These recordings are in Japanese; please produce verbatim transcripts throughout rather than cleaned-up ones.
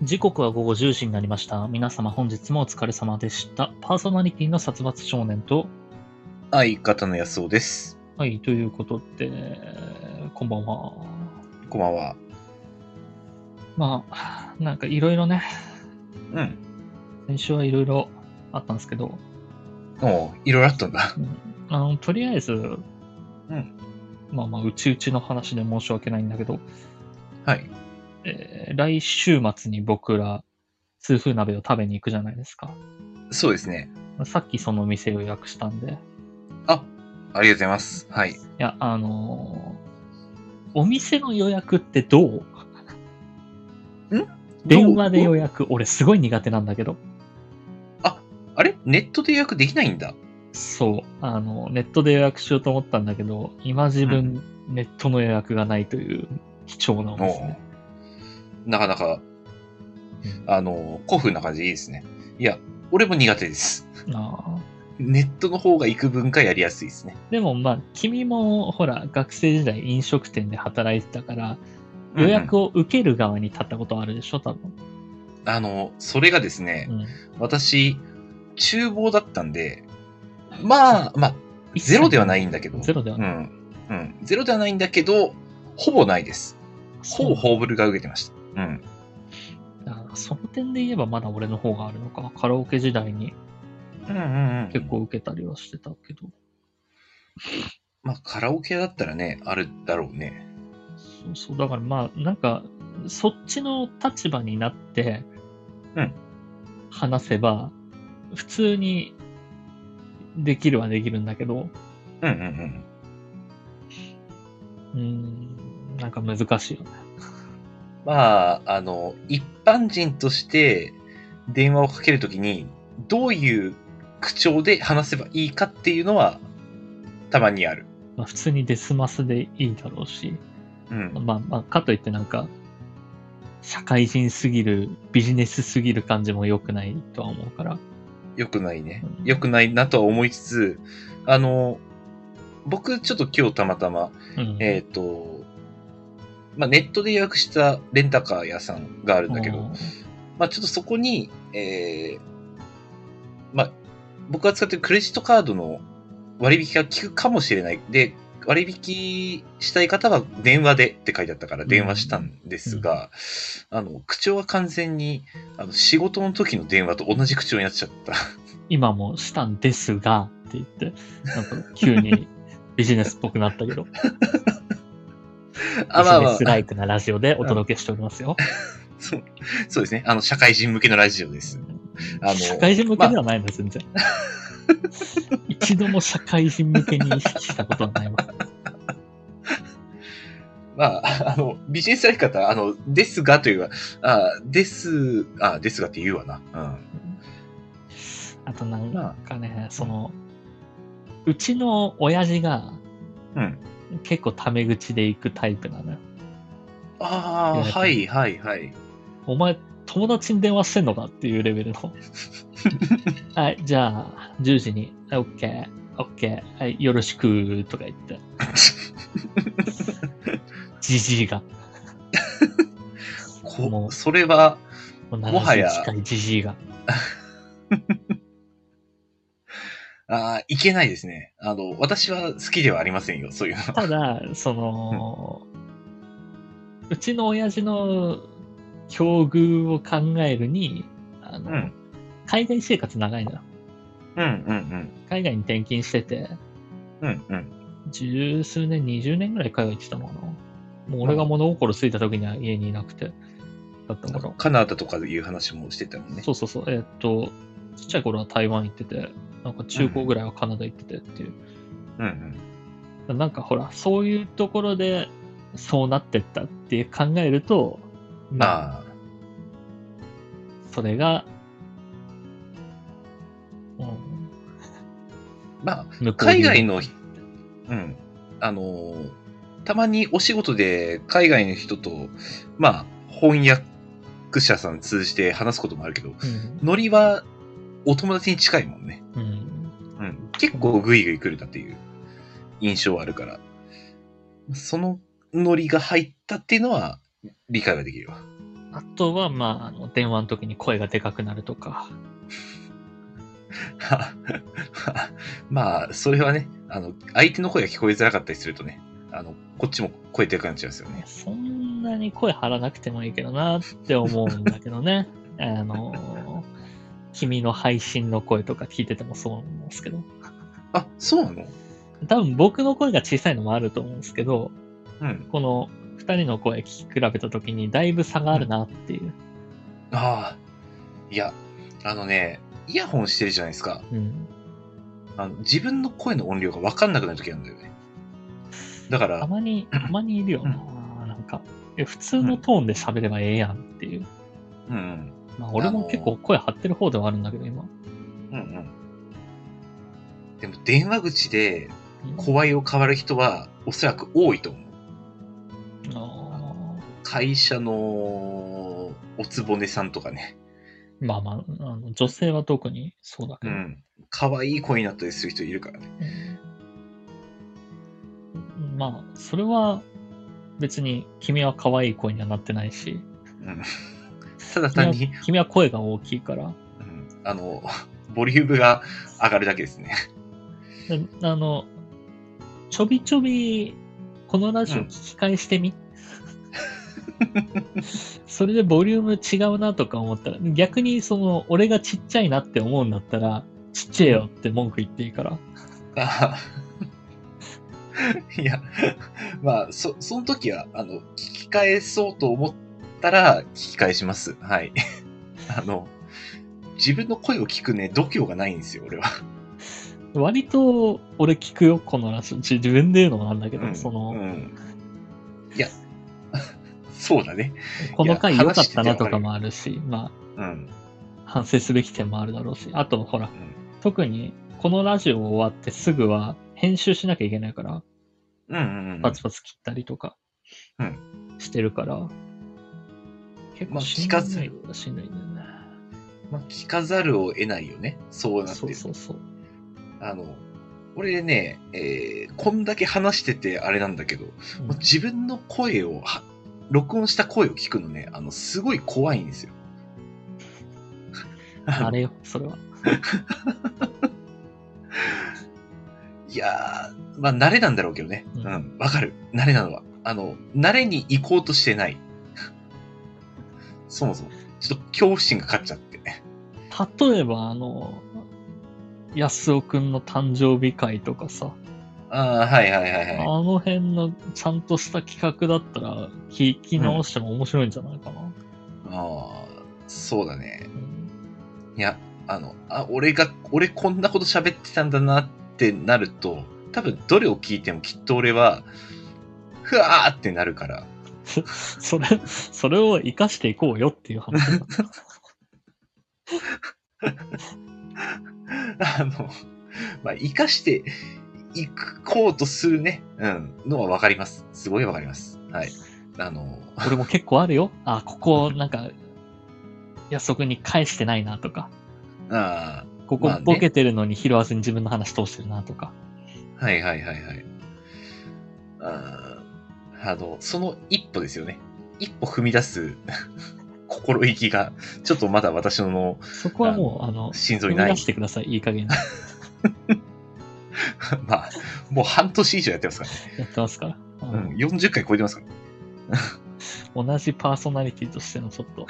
時刻は午後じゅうじになりました。皆様本日もお疲れ様でした。パーソナリティの殺伐少年と、 相方の安尾です。 はい、ということで、こんばんは。 こんばんは。 まあ、なんかいろいろね、 うん。 先週はいろいろあったんですけど、 おう、いろいろあったんだ。 うん、あのとりあえず、 うん。 まあまあ、うちうちの話で申し訳ないんだけど、 はい。 えー来週末に僕ら、痛風鍋を食べに行くじゃないですか。 そうですね。 さっきその店予約したんで、いあ、ありがとうございます。はい。 や、あのーお店の予約ってどう？ ん電話でどう予約、俺すごい苦手なんだけど。 あ、あれネットで予約できないんだ。 そう。あの、ネットで予約しようと思ったんだけど、今自分、 うん。 ネットの予約がないという貴重なお店おうね。 なかなか、 うんあの、古風な感じでいいですね。いや、俺も苦手です。 ああ。 ネットの方が幾分かやりやすいですね。 でもまあ、君もほら、学生時代飲食店で働いてたから、 うんうん予約を受ける側に立ったことあるでしょ、多分。 あの、それがですね、 うん。 私、厨房だったんで、まあ、まあ、ゼロではないんだけど、 ゼロではない。 うん。うん。ゼロではないんだけど、ほぼないです。ほぼホーブルが受けてました。うん。 あその点で言えばまだ俺の方があるのか。カラオケ時代にうんうんうん。 結構受けたりはしてたけど。 まあ、カラオケだったらね、あるだろうね。 そうそう。だからまあ、なんか、そっちの立場になってうん。 話せば、普通にできるはできるんだけど、 うんうんうん。 うーん、なんか難しいよね。 まあ、あの、一般人として電話をかけるときに、どういう口調で話せばいいかっていうのは、たまにある。 まあ、普通にデスマスでいいだろうし、 うん。 まあまあ、かといってなんか、社会人すぎる、ビジネスすぎる感じも良くないとは思うから。 良くないね。 うん良くないなとは思いつつ、あの、僕ちょっと今日たまたま、 うん。 えっ、と、まあ、ネットで予約したレンタカー屋さんがあるんだけど、まあ、ちょっとそこに、えー、まあ、僕が使ってるクレジットカードの割引が効くかもしれない。で、割引したい方は電話でって書いてあったから電話したんですが、うん、あの、口調は完全に、あの、仕事の時の電話と同じ口調になっちゃった。 今もしたんですが、って言って、なんか急にビジネスっぽくなったけど。 あ、まあまあ。 ビジネスライクなラジオでお届けしておりますよ。 そう、そうですね。あの、社会人向けのラジオです。 あの社会人向けではないの、まあ、全然。一度も社会人向けに意識したことはないわ。 まあ、あの、ビジネスやり方、あの、ですがというか、あです、あですがって言うわな。うん。 あとなんかね、その、うちの親父が、 うん。 結構タメ口で行くタイプなのよ。 ああ、はいはいはい。 お前、友達に電話してんのかっていうレベルの。はい、じゃあ、じゅうじに、オッケー、オッケー、はい、よろしく、とか言って。じじいが。 もう、それは、 もはや。近いじじいが。 ああ、いけないですね。あの、私は好きではありませんよ、そういうの。 ただ、その、うん、うちの親父の境遇を考えるに、あの、うん、海外生活長いのよ。 うんうんうん。 海外に転勤してて、 うんうん。 十数年、二十年ぐらい海外行ってたのかな。もう俺が物心ついた時には家にいなくて。だったから。 カナダとかいう話もしてたもんね。 そうそうそう。えー、っと、ちっちゃい頃は台湾行ってて、なんか中高ぐらいはカナダ行っててっていう。 うんうん。なんかほら、そういうところでそうなってったって考えると、まあ、それが、うん。 まあ、海外の、うん。あのー、たまにお仕事で海外の人と、まあ、翻訳者さん通じて話すこともあるけど、うん、ノリはお友達に近いもんね。うん。うん、結構グイグイ来るなっていう印象はあるから、そのノリが入ったっていうのは理解はできるわ。 あとは、まあ、あの電話の時に声がでかくなるとか。 まあ、それはね、あの、相手の声が聞こえづらかったりするとね、あの、こっちも声でかくなっちゃうんですよね。 そんなに声張らなくてもいいけどなって思うんだけどね。あの、君の配信の声とか聞いててもそう思うんですけど。 あ、そうなの？ 多分僕の声が小さいのもあると思うんですけど、 うん。 この二人の声聞き比べた時にだいぶ差があるなっていう。 うん、ああ、いや、あのね、イヤホンしてるじゃないですか。 うん。 あの自分の声の音量が分かんなくなる時なんだよね。だから。 たまに、たまにいるよな、うん、なんか、普通のトーンで喋ればええやんっていう。 うん、うん。 まあ、俺も結構声張ってる方ではあるんだけど、今。 うんうん。でも、電話口で声を変わる人は、おそらく多いと思う。 うん、あ会社のおつぼねさんとかね。 まあまあ、あの女性は特にそうだけど。 うん。可愛い声になったりする人いるからね。 うん、まあ、それは別に君は可愛い声にはなってないし。 うん。ただ単に君は、君は声が大きいから。 うん。あの、ボリュームが上がるだけですね。 あの、ちょびちょび、このラジオ聞き返してみ、うん、それでボリューム違うなとか思ったら、逆にその、俺がちっちゃいなって思うんだったら、ちっちゃいよって文句言っていいから。 あいや、まあ、そ、その時は、あの、聞き返そうと思ったら、聞き返します。はい。あの、自分の声を聞くね、度胸がないんですよ、俺は。 割と、俺聞くよ、このラジオ。自分で言うのもなんだけど、 うん、 その、 うん、いや、そうだね。 この回良かったなとかもあるし、まあ、うん、 反省すべき点もあるだろうし、あと、ほら、うん、特に、このラジオ終わってすぐは編集しなきゃいけないから、 うんうんうん、 パツパツ切ったりとか、してるから、うん、結構しんどい、まあ、聞かざるしんどいんだよね。 まあ、聞かざるを得ないよね。そうなってる。 そうそうそう。 あの、俺ね、えー、こんだけ話しててあれなんだけど、うん、自分の声を、録音した声を聞くのね、あの、すごい怖いんですよ。 あれよ、それは。 いやー、まあ、慣れなんだろうけどね。うん、わ、うん、かる。慣れなのは。あの、慣れに行こうとしてない。そもそも。ちょっと恐怖心が勝っちゃって。 例えば、あの、安尾くんの誕生日会とかさ。 ああ、はいはいはいはい。あの辺のちゃんとした企画だったら、聞き直しても面白いんじゃないかな。うん、 ああ、そうだね。うん、いや、あの、あ、俺が、俺こんなこと喋ってたんだなってなると、多分どれを聞いてもきっと俺は、ふわーってなるから。 それ、それを活かしていこうよっていう話だった。 あの、まあ、活かしていこうとするね、うん、のはわかります。すごいわかります。はい。あの、 俺も結構あるよ。あ、ここ、なんか、安尾くんに返してないなとか。 ああ。 ここボケてるのに拾わずに自分の話通してるなとか。 はいはいはいはい。ああの、その一歩ですよね。一歩踏み出す心意気が、ちょっとまだ私の、 そこはもう、あの、 心臓にない。 踏み出してください、いい加減に。 まあ、もう半年以上やってますからね。 やってますから。 うん、よんじゅっかい超えてますから。 同じパーソナリティとしてのちょっと。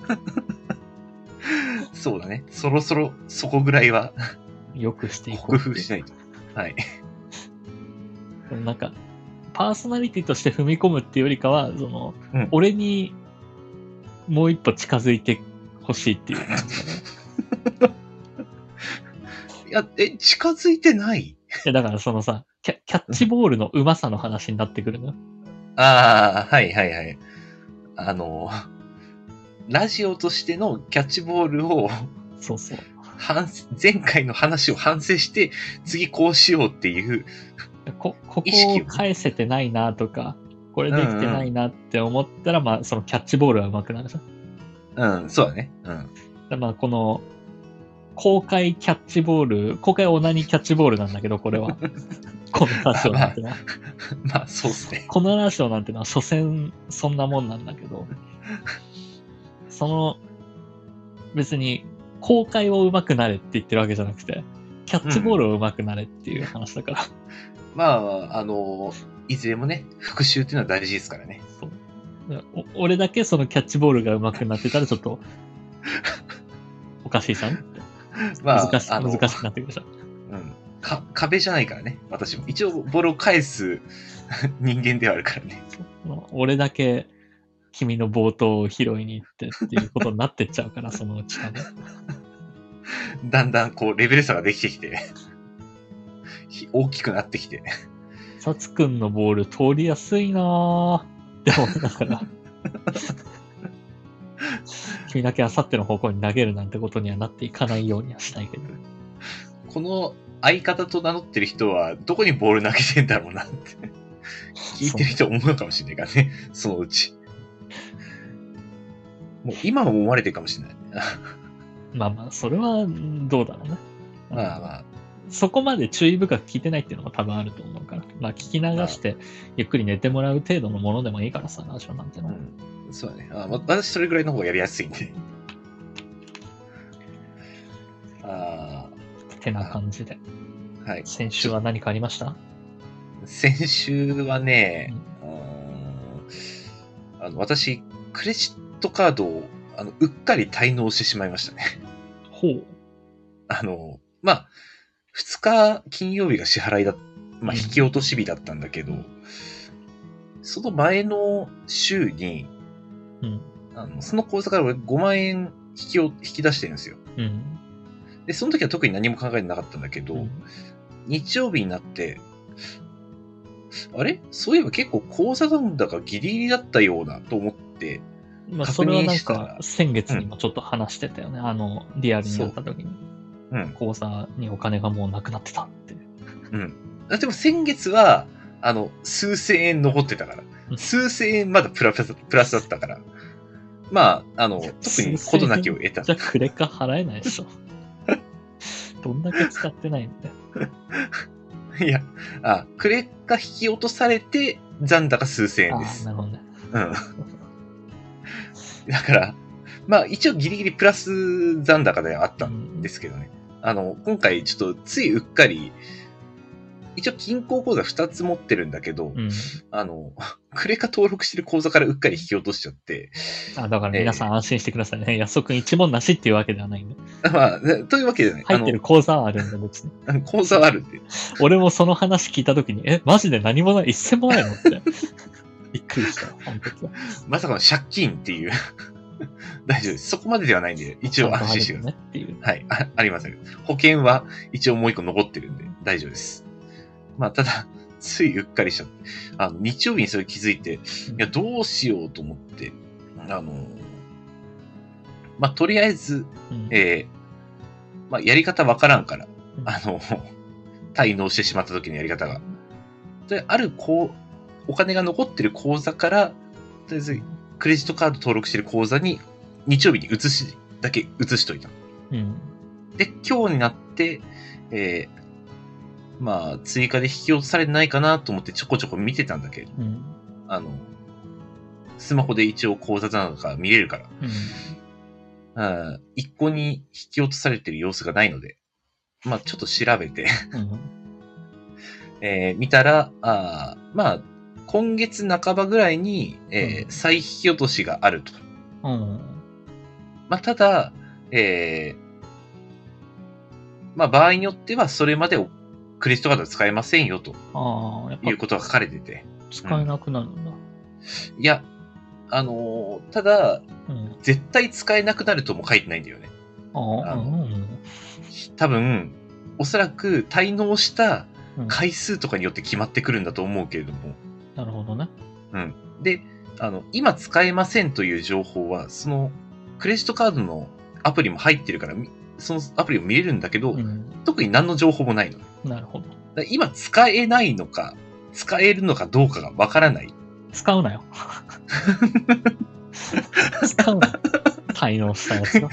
そうだね。そろそろそこぐらいはよくしていこう。克服しないと。はい。 なんか、パーソナリティとして踏み込むっていうよりかは、その、うん、俺にもう一歩近づいてほしいっていう感じだね。 いや、え、近づいてない？いや、だからそのさ、キャ、キャッチボールの上手さの話になってくるの。 ああ、はいはいはい。あの、ラジオとしてのキャッチボールを、 そうそう。 反前回の話を反省して、次こうしようっていう。 こ、ここを返せてないなとか、これできてないなって思ったら、うんうん、まあ、そのキャッチボールは上手くなるさ。 うん、そうだね。うん。 だまあ、この、公開キャッチボール、公開オナニーキャッチボールなんだけど、これは。このラジオなんてのは。 まあ、まあ、そうっすね。 このラジオなんてのは、所詮、そんなもんなんだけど。 その、別に、公開を上手くなれって言ってるわけじゃなくて、キャッチボールを上手くなれっていう話だから。うん、 まあ、あの、いずれもね、復習っていうのは大事ですからね。 そう。お俺だけそのキャッチボールが上手くなってたらちょっと、おかしいじゃんって。まあ、難しい、難しくなってくるじゃん。 うん。か、壁じゃないからね、私も。一応、ボールを返す人間ではあるからね。 俺だけ、君の冒頭を拾いに行ってっていうことになってっちゃうから、そのうち多分。 だんだんこうレベル差ができてきて大きくなってきて、 サツくんのボール通りやすいなぁって思いながら君だけあさっての方向に投げるなんてことにはなっていかないようにはしたいけど、 この相方と名乗ってる人はどこにボール投げてんだろうなって聞いてる人思うのかもしれないからね、そのうち。もう今も思われてるかもしれない。 まあまあ、それはどうだろうね。 まあまあ。 そこまで注意深く聞いてないっていうのも多分あると思うから。まあ聞き流して、ゆっくり寝てもらう程度のものでもいいからさ、ラジオなんての。 うん。そうだね。あ、私それぐらいの方がやりやすいんで。ああ。 てな感じで。 はい。 先週は何かありました？ 先週はね、うん、あの私、クレジットカードをあのうっかり滞納してしまいましたね。 ほう。 あの、まあ、ふつか金曜日が支払いだ、まあ、引き落とし日だったんだけど、うん、その前の週に、うん、あのその口座から俺ごまんえん引きを引き出してるんですよ。うん、で、その時は特に何も考えてなかったんだけど、うん、日曜日になって、あれそういえば結構口座残高ギリギリだったようなと思って、 まあ、それはなんか先月にもちょっと話してたよね。うん、あの、リアルになった時に。うん。口座にお金がもうなくなってたって。 うん。でも先月は、あの、数千円残ってたから。うん、数千円まだプラス、プラスだったから。まあ、あの、特に事なきを得た。 じゃあクレカ払えないでしょ。どんだけ使ってないんだよ。 いや、あ、クレカ引き落とされて残高数千円です。 あ、なるほどね。 うん。だから、まあ一応ギリギリプラス残高ではあったんですけどね。うん、あの、今回ちょっとついうっかり、一応銀行口座ふたつ持ってるんだけど、うん、あの、クレカ登録してる口座からうっかり引き落としちゃって。 あ、だから皆さん安心してくださいね。安尾くん一問なしっていうわけではないんで。 まあ、というわけでね。 入ってる口座はあるんだ、別に。 口座はあるって。 俺もその話聞いたときに、え、マジで何もない一銭もないのって。びっくりした、あの時は。 まさかの借金っていう。大丈夫です。そこまでではないんで、一応安心してください。ね、はいあ。ありません。保険は一応もう一個残ってるんで、大丈夫です。まあ、ただ、ついうっかりしちゃって、あの、日曜日にそれ気づいて、いや、どうしようと思って、あの、まあ、とりあえず、うん、えー、まあ、やり方わからんから、うん、あの、滞納してしまった時のやり方が。で、ある、こう、お金が残ってる口座から、とりあえず、クレジットカード登録してる口座に、日曜日に移し、だけ移しといた。うん、で、今日になって、えー、まあ、追加で引き落とされてないかなと思ってちょこちょこ見てたんだけど、うん、あの、スマホで一応口座なのか見れるから、うん、あ一個に引き落とされてる様子がないので、まあ、ちょっと調べて、うんえー、見たら、あまあ、今月半ばぐらいに、えーうん、再引き落としがあると。うん、まあ、ただ、えー、まあ、場合によってはそれまでクレジットカード使えませんよということが書かれてて。 使えなくなるんだ。 うん、いや、あのー、ただ、うん、絶対使えなくなるとも書いてないんだよね。ああの、うん、多分、おそらく滞納した回数とかによって決まってくるんだと思うけれども。 うん、なるほどね。 うん。で、あの、今使えませんという情報は、その、クレジットカードのアプリも入ってるから、そのアプリを見れるんだけど、うん、特に何の情報もないの。 なるほど。 今使えないのか、使えるのかどうかがわからない。 使うなよ。使うなよ。滞納したやつが。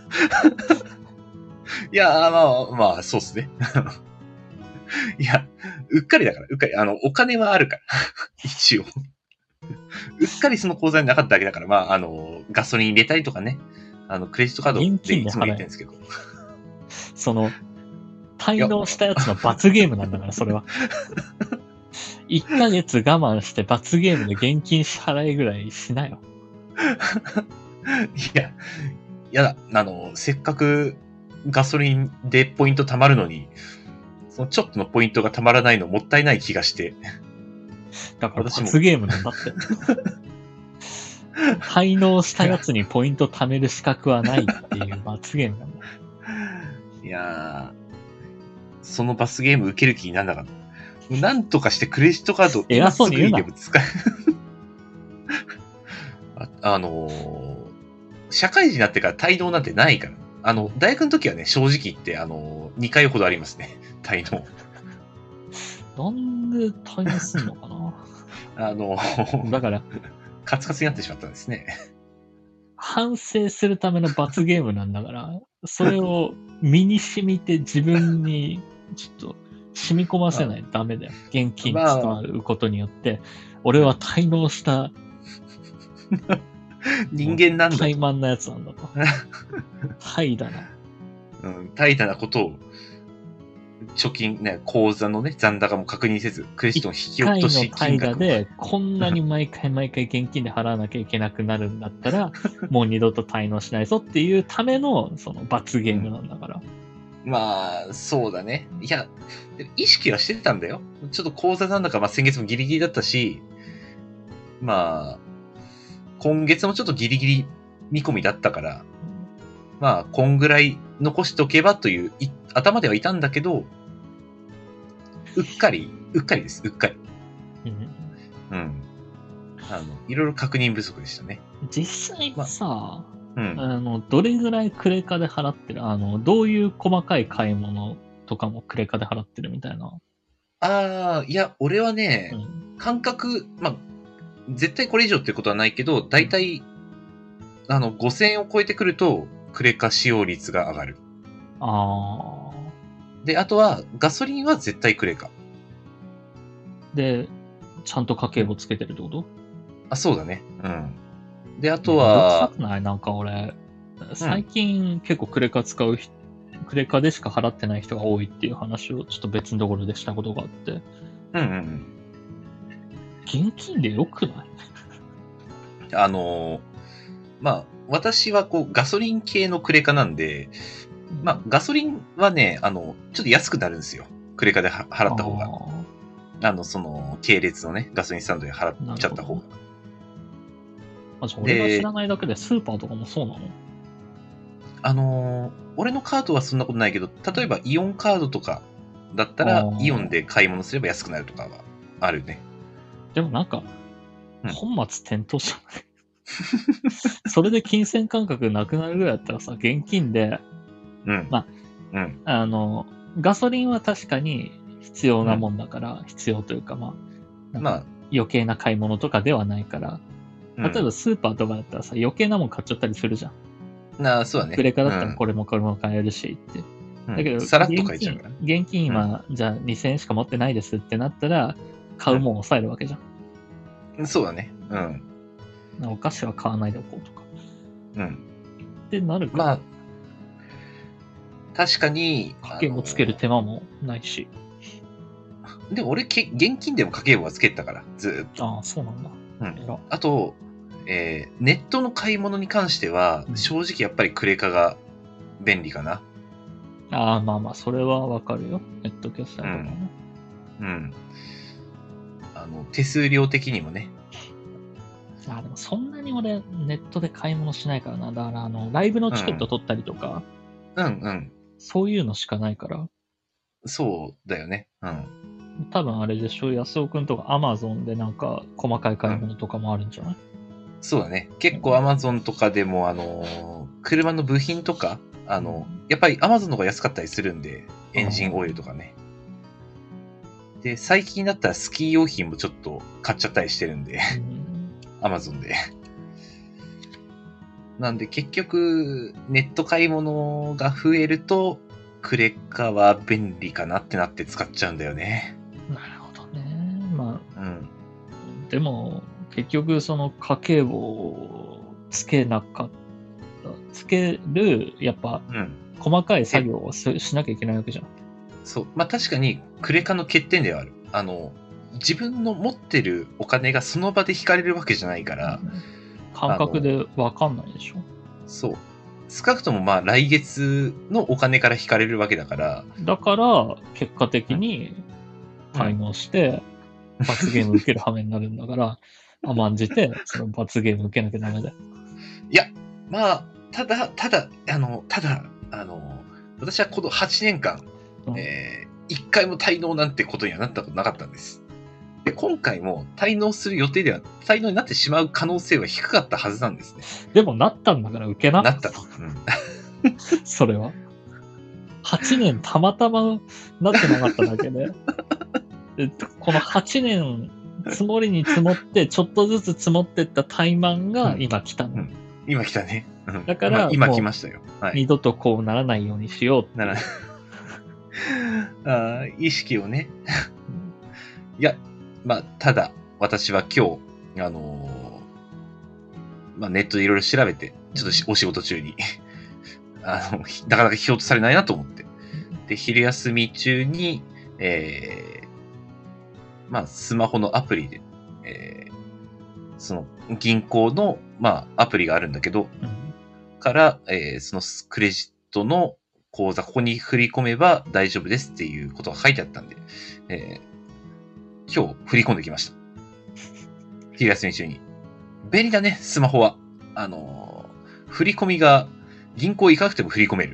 いや、まあ、まあ、そうっすね。いや、うっかりだから、うっかり。あの、お金はあるから。一応。 うっかりその口座になかっただけだから、まあ、あの、ガソリン入れたりとかね、あの、クレジットカードでいつも入れてるんですけど。 その、滞納したやつの罰ゲームなんだから、それは。いっかげつ我慢して罰ゲームで現金支払いぐらいしなよ。 いや、やだ、あの、せっかくガソリンでポイント貯まるのに、そのちょっとのポイントが貯まらないのもったいない気がして。 だから罰ゲームなんだって。滞納したやつにポイント貯める資格はないっていう罰ゲームなんだ。 いやー、その罰ゲーム受ける気にならなかった。なんとかしてクレジットカード偉そうに言うな。 今すぐにでも使えあ、あのー、社会人になってから滞納なんてないから。あの、大学の時はね、正直言って、あのー、にかいほどありますね。滞納。 なんで滞納すんのかなあのー、 だから、 カツカツになってしまったんですね。 反省するための罰ゲームなんだから、それを身に染みて自分にちょっと染み込ませないとダメだよ。現金使うことによって、俺は滞納した人間なんだ。 怠慢なやつなんだと。怠惰な。 うん、怠惰なことを、貯金、ね、口座のね、残高も確認せず、クレジットの引き落とし金額いっかいの怠惰で、こんなに毎回毎回現金で払わなきゃいけなくなるんだったら、もう二度と滞納しないぞっていうための、その罰ゲームなんだから。 うん、まあ、そうだね。いや、意識はしてたんだよ。ちょっと口座残高、まあ先月もギリギリだったし、まあ、今月もちょっとギリギリ見込みだったから、まあ、こんぐらい残しておけばという頭ではいたんだけど、うっかり、うっかりです、うっかり。うん。うん。あの、いろいろ確認不足でしたね。 実際はさ、まうん、 あの、どれぐらいクレカで払ってる？あの、どういう細かい買い物とかもクレカで払ってるみたいな。 ああ、いや、俺はね、 うん、 感覚、まあ、絶対これ以上ってことはないけど、だいたい、あの、ごせんえんを超えてくると、クレカ使用率が上がる。 ああ。 で、あとは、ガソリンは絶対クレカ。 で、ちゃんと家計簿つけてるってこと？ あ、そうだね。うん。で、あとめんどくさは、 くない？なんか俺、最近結構クレカ使う人、クレカでしか払ってない人が多いっていう話をちょっと別のところでしたことがあって。 うんうんうん。 現金でよくない？ あのー、まあ、私はこう、ガソリン系のクレカなんで、まあ、ガソリンはね、あの、ちょっと安くなるんですよ。クレカでは払った方が。あの、その、系列のね、ガソリンスタンドで払っちゃった方が。 あ、じゃあ俺が知らないだけでスーパーとかもそうなの？ あのー、俺のカードはそんなことないけど、例えばイオンカードとかだったら、イオンで買い物すれば安くなるとかはあるね。 でもなんか、 うん、 本末転倒じゃないそれで金銭感覚なくなるぐらいだったらさ、現金で、 うん。 まあ、 うん。 あの、ガソリンは確かに必要なもんだから、うん、必要というか、まあ、まあ、余計な買い物とかではないから、例えばスーパーとかだったらさ、余計なもん買っちゃったりするじゃん。 なあ、そうだね。 クレカだったらこれもこれも買えるしって。 うん、 だけど、 さらっと買えちゃうから。 現金今、うん、じゃあにせんえんしか持ってないですってなったら、買うもんを抑えるわけじゃん。 うん、そうだね。うん。 お菓子は買わないでおこうとか。 うん。 ってなるから。まあ、 確かに。 家計簿つける手間もないし。 でも俺け、現金でも家計簿はつけてたから、ずっと。 ああ、そうなんだ。 うん。あと、えー、ネットの買い物に関しては、うん、正直やっぱりクレカが便利かな。 ああ、まあまあ、それはわかるよ。ネット決済とかね。 うん。うん。あの、手数料的にもね。 あ、でもそんなに俺、ネットで買い物しないからな。だから、あの、ライブのチケット取ったりとか、 うん、うんうんそういうのしかないから。 そうだよね。うん。 多分あれでしょ、安尾くんとかアマゾンでなんか細かい買い物とかもあるんじゃない？うん、 そうだね。結構アマゾンとかでも、あのー、車の部品とか、あの、やっぱりアマゾンの方が安かったりするんで、エンジンオイルとかね。で、最近だったらスキー用品もちょっと買っちゃったりしてるんで、アマゾンで。なんで結局、ネット買い物が増えると、クレカは便利かなってなって使っちゃうんだよね。 なるほどね。まあ、 うん。 でも、 結局その家計簿をつけなかった、つける、やっぱ、 うん。 細かい作業をししなきゃいけないわけじゃん。 そう。まあ確かに、クレカの欠点ではある。あの、自分の持ってるお金がその場で引かれるわけじゃないから、 感覚でわかんないでしょ。 そう。少なくともまあ来月のお金から引かれるわけだから。 だから、結果的に滞納して、罰ゲーム受ける羽目になるんだから、甘んじて、その罰ゲーム受けなきゃダメだよ。 いや、まあ、ただ、ただ、あの、ただ、あの、私はこのはちねんかん、うん、えー、いっかいも滞納なんてことにはなったことなかったんです。で、今回も滞納する予定では、滞納になってしまう可能性は低かったはずなんですね。 でもなったんだから受けな。 なった。うん、 それは。はちねんたまたまなってなかっただけで。でこのはちねん積もりに積もって、ちょっとずつ積もってった怠慢が今来たの。うんうん、 今来たね。うん、 だから、まあ、 今来ましたよ。はい、 二度とこうならないようにしようならあ意識をね。いや、まあ、ただ、私は今日、あのー、まあ、ネットでいろいろ調べて、ちょっとお仕事中に、あの、なかなか引き落とされないなと思って。で、昼休み中に、えー、まあ、スマホのアプリで、えー、その、銀行の、まあ、アプリがあるんだけど、うん、から、えー、そのクレジットの口座、ここに振り込めば大丈夫ですっていうことが書いてあったんで、えー、今日振り込んできました。昼休み中に。便利だね、スマホは。あのー、振り込みが銀行行かなくても振り込める。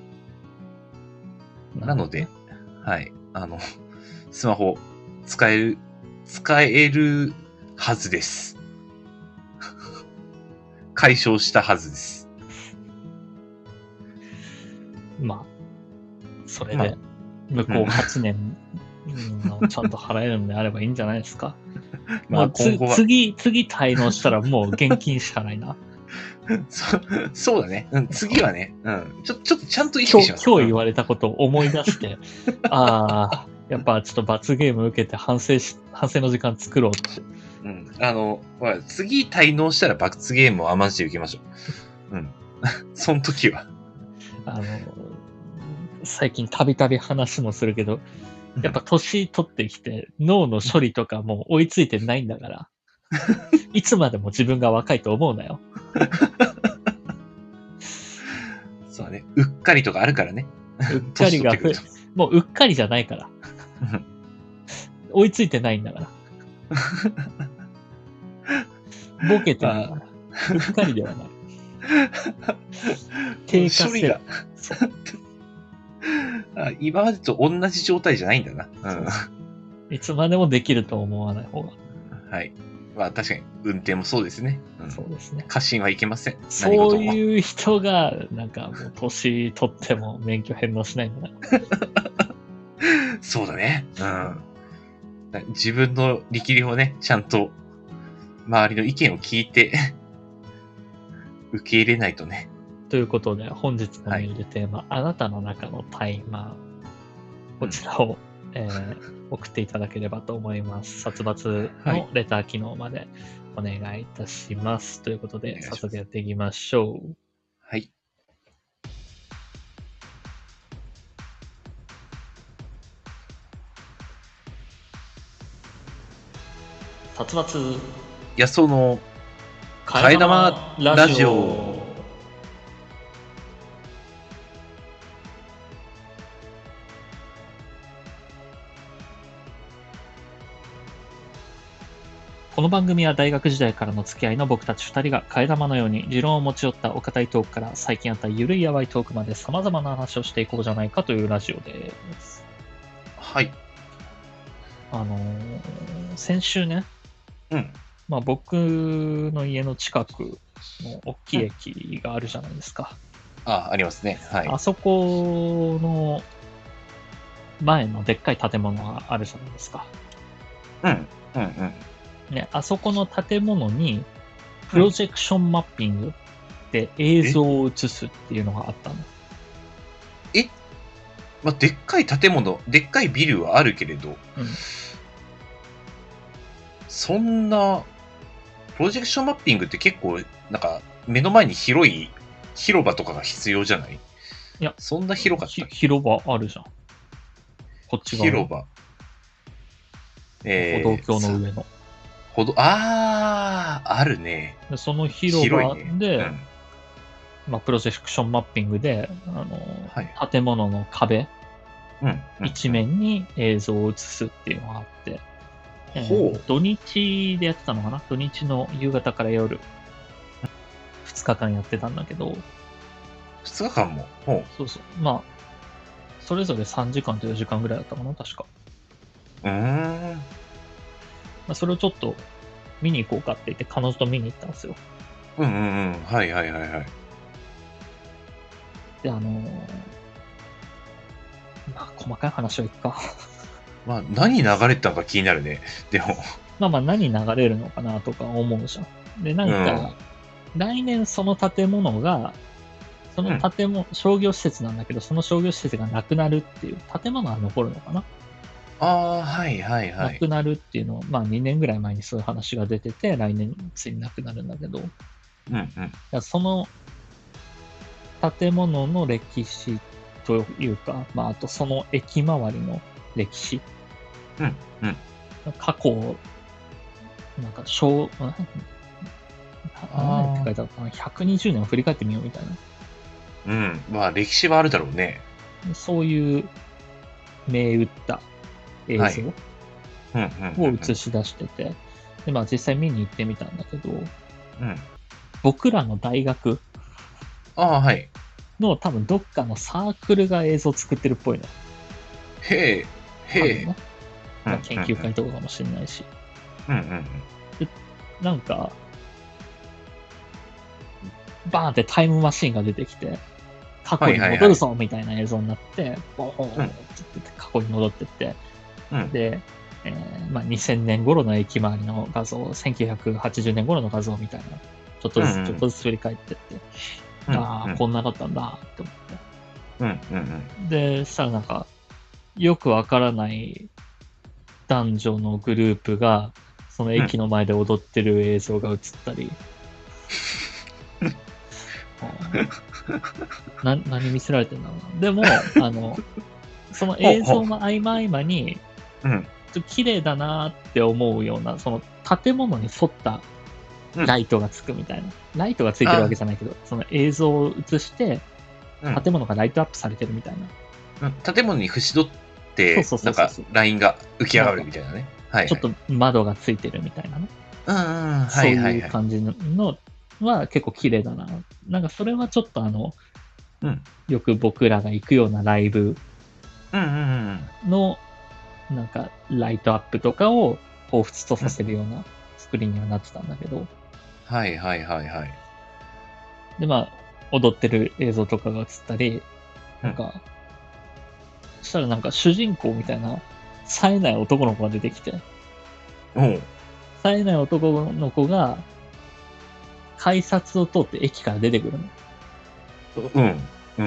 なので、はい、あの、スマホ使える、使えるはずです。解消したはずです。 まあ、それで、向こうはちねん、まあうん、ちゃんと払えるのであればいいんじゃないですか。まあ、今後は次、次滞納したらもう現金しかないな。 そ, そうだね、うん。次はね、うん。ちょ、ちょっとちゃんと意識します。 今日言われたことを思い出して、ああ、やっぱちょっと罰ゲーム受けて反省し、反省の時間作ろうって。 うん。あの、ほら、次滞納したら罰ゲームを甘んじて受けましょう。うん。その時は。 あの、最近たびたび話もするけど、やっぱ年取ってきて脳の処理とかもう追いついてないんだから、いつまでも自分が若いと思うなよ。 そうね。うっかりとかあるからね。 うっかりが、もううっかりじゃないから。追いついてないんだから。ボケてるから。うっかりではない。 低下処理が。あ、今までと同じ状態じゃないんだな。 うん、いつまでもできると思わない方が。 はい。まあ確かに運転もそうですね。 うん、そうですね。 過信はいけません。 そういう人が、なんかもう年取っても免許返納しないんだな。 そうだね。うん。自分の力量をね、ちゃんと周りの意見を聞いて受け入れないとね。 ということで、本日のメールテーマ、はい、あなたの中の怠慢。こちらを、うんえー、送っていただければと思います。殺伐のレター機能までお願いいたします。はい、ということで、早速やっていきましょう。 はい。 殺伐やその替え玉ラジオ。 この番組は大学時代からの付き合いの僕たちふたりが替え玉のように持論を持ち寄ったお堅いトークから最近あったゆるいやばいトークまで様々な話をしていこうじゃないかというラジオです。 はい。 あのー、先週ね、 うん。 まあ僕の家の近くの大きい駅があるじゃないですか。 うん、ああ、ありますね。はい。 あそこの前のでっかい建物があるじゃないですか。 うん。うんうん。 ね、あそこの建物にプロジェクションマッピングで映像を映すっていうのがあったの。 えまあ、でっかい建物、でっかいビルはあるけれど、 うん、 そんなロジェクションマッピングって結構、なんか、目の前に広い広場とかが必要じゃない？ いや、 そんな広かったっけ？ 広場あるじゃん。こっち側。 広場。 えー、歩道橋の上の。 歩道、あー、あるね。 でその広場で、 ね、うん、 まあ、プロジェクションマッピングで、あの、はい、建物の壁、うんうんうん、一面に映像を映すっていうのがあって、えー、土日でやってたのかな？土日の夕方から夜、ふつかかんやってたんだけど、 ふつかかんも？ほう。 そうそう。まあ、それぞれさんじかんとよじかんぐらいだったかな、確か。 うーん。 まあ、それをちょっと見に行こうかって言って、彼女と見に行ったんですよ。 うんうんうん。はいはいはいはい。 で、あのー、まあ、細かい話はいっか。 まあ、何流れたか気になるね。でも。 まあまあ、何流れるのかなとか思うじゃん。で、なんか、うん、来年その建物が、その建物、うん、商業施設なんだけど、その商業施設がなくなるっていう、建物は残るのかな？ ああ、はいはいはい。 なくなるっていうのを、まあにねんぐらい前にそういう話が出てて、来年ついになくなるんだけど、 うんうん、 その建物の歴史というか、まああとその駅周りの歴史。 うんうん、 過去、なんか小、何って書いてあったかな、ひゃくにじゅうねんを振り返ってみようみたいな。 うん、まあ歴史はあるだろうね。 そういう銘打った映像を映し出してて、で、まあ実際見に行ってみたんだけど、うん、僕らの大学の多分どっかのサークルが映像作ってるっぽいの。 へえ、へえ。 まあ、研究会とかかもしれないし。 うんうんうん、 でなんか、バーンってタイムマシンが出てきて、過去に戻るぞみたいな映像になって、ボーンって言って過去に戻ってって、うん、で、えー、まあにせんねん頃の駅周りの画像、せんきゅうひゃくはちじゅうねん頃の画像みたいな、ちょっとずつ、ちょっとずつ振り返ってって、うんうん、ああ、こんなだったんだって思って。 うんうんうん、 で、そしたらなんか、よくわからない男女のグループが、その駅の前で踊ってる映像が映ったり、な何見せられてんだろうな。でも、あの、その映像の合間合間に、うん、綺麗だなって思うような、その建物に沿ったライトがつくみたいな。うん、ライトがついてるわけじゃないけど、その映像を映して、建物がライトアップされてるみたいな。 うん、建物に縁取って、なんかラインが浮き上がるみたいなね。はい、はい。 ちょっと窓がついてるみたいなね。 うんうん、はいそういう感じのは結構綺麗だな。なんかそれはちょっとあの、うん、よく僕らが行くようなライブの、なんかライトアップとかを彷彿とさせるような作りにはなってたんだけど。うん、 はいはいはいはい。 で、まあ、踊ってる映像とかが映ったり、なんか、うん、そしたらなんか主人公みたいな、冴えない男の子が出てきて、 うん。 冴えない男の子が、改札を通って駅から出てくるの。 うん。うんうんうん。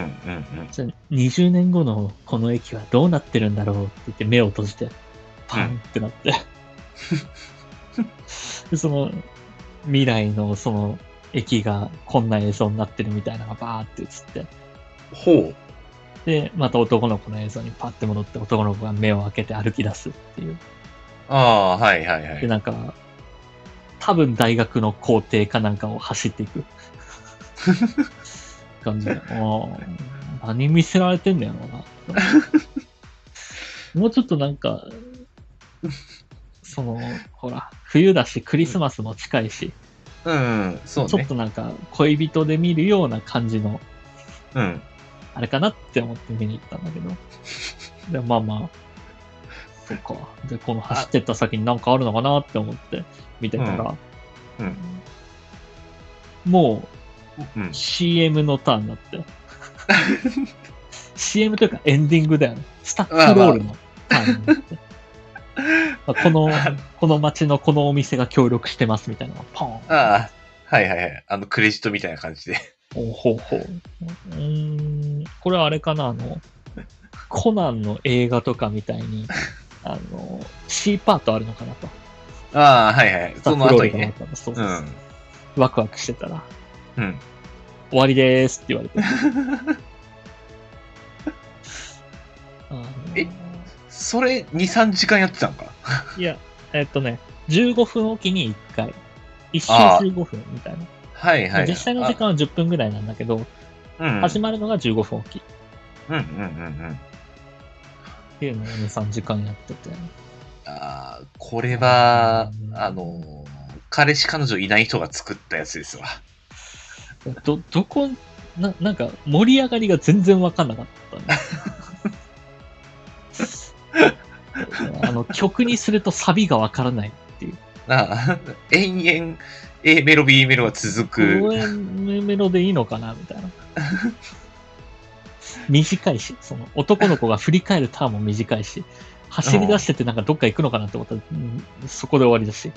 じゃあにじゅうねんごのこの駅はどうなってるんだろうって言って目を閉じて、パンってなって。うん、でその、未来のその駅がこんな映像になってるみたいなのがバーって映って。 ほう。 で、また男の子の映像にパッて戻って男の子が目を開けて歩き出すっていう。 ああ、はいはいはい。 で、なんか、多分大学の校庭かなんかを走っていく感じで、ああ、何見せられてんだよな。もうちょっとなんか、その、ほら、冬だしクリスマスも近いし、 うん、うん、そうね。 ちょっとなんか恋人で見るような感じの、 うん、 あれかなって思って見に行ったんだけど、でまあまあ、そっか。で、この走ってった先になんかあるのかなって思って見てたら、うんうん、もう、うん、シーエム のターンになって。シーエム というかエンディングだよね。スタッフロールのターンになって。まあ、この、この街のこのお店が協力してますみたいなのがポーン。 ああ、はいはいはい。あの、クレジットみたいな感じで。 おほうほう。うーん、これはあれかな、あの、コナンの映画とかみたいに、あの、C パートあるのかなと。 ああ、はいはい。 スタそッフロールが終わの後にね。 ったの。そううそうそう、 ん。 ワクワクしてたら、 うん。 終わりでーすって言われて。あのーえそれ、に、さんじかんやってたんか。 いや、えっとね、じゅうごふんおきにいっかい。いっ周ああじゅうごふんみたいな。 はいはい。 実際の時間はじゅっぷんぐらいなんだけど、 あうん。 始まるのがじゅうごふんおきっうんうんうんうん。 ていうのをに、さんじかんやってて。 ああ、これはう、んあの、彼氏彼女いない人が作ったやつですわ。 ど、どこ、な、なんか盛り上がりが全然わかんなかったね。あの、曲にするとサビがわからないっていう。 ああ、延々 A メロ B メロが続く。 公演メロでいいのかなみたいな。短いし、その男の子が振り返るターンも短いし、走り出しててなんかどっか行くのかなって思ったら、うんそこで終わりだし。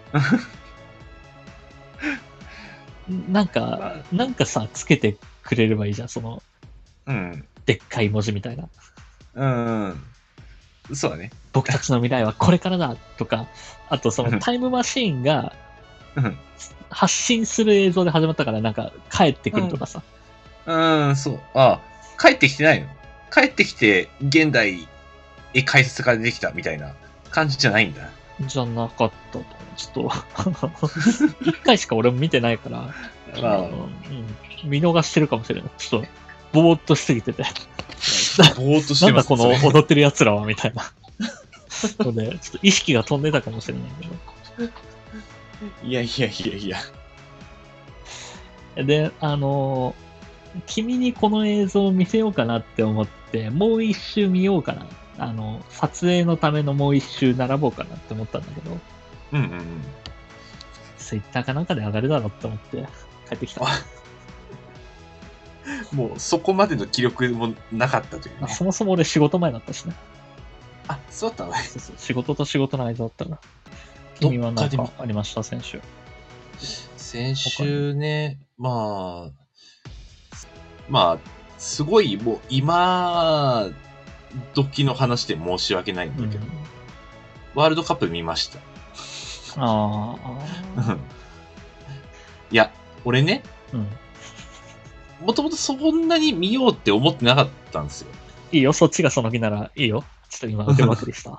なんか、なんかさ、つけてくれればいいじゃん、その、 うん。 でっかい文字みたいな。 うん。そうだね。 僕たちの未来はこれからだとか、あとそのタイムマシーンがうん。 発信する映像で始まったからなんか帰ってくるとかさ。 うん、そう。あ、帰ってきてないの？帰ってきて、現代へ解説ができたみたいな感じじゃないんだ。 じゃなかったと思う。ちょっと、一回しか俺も見てないから、 まあうん、見逃してるかもしれない。ちょっと、ぼーっとしすぎてて。 ぼーっとしてますなんだこのそれ踊ってる奴らは、みたいな。ので、ちょっと意識が飛んでたかもしれないけど。 いやいやいやいや。 で、あのー君にこの映像を見せようかなって思って、もう一周見ようかな。あの、撮影のためのもう一周並ぼうかなって思ったんだけど、 うんうんうん。 ツイッターかなんかで上がるだろうって思って帰ってきた。 もうそこまでの記録もなかったというね。 あそもそも俺仕事前だったしね。 あ、そうだったのね。 そうそう、仕事と仕事の間だったから。 どっかで君は何かありました先週。 先週ね、まあ、まあ、すごいもう今、時の話で申し訳ないんだけど、 うん、 ワールドカップ見ました。 ああ。 いや、俺ね、 うん。 もともとそんなに見ようって思ってなかったんですよ。 いいよ、そっちがその気ならいいよ。ちょっと今腕まくりした。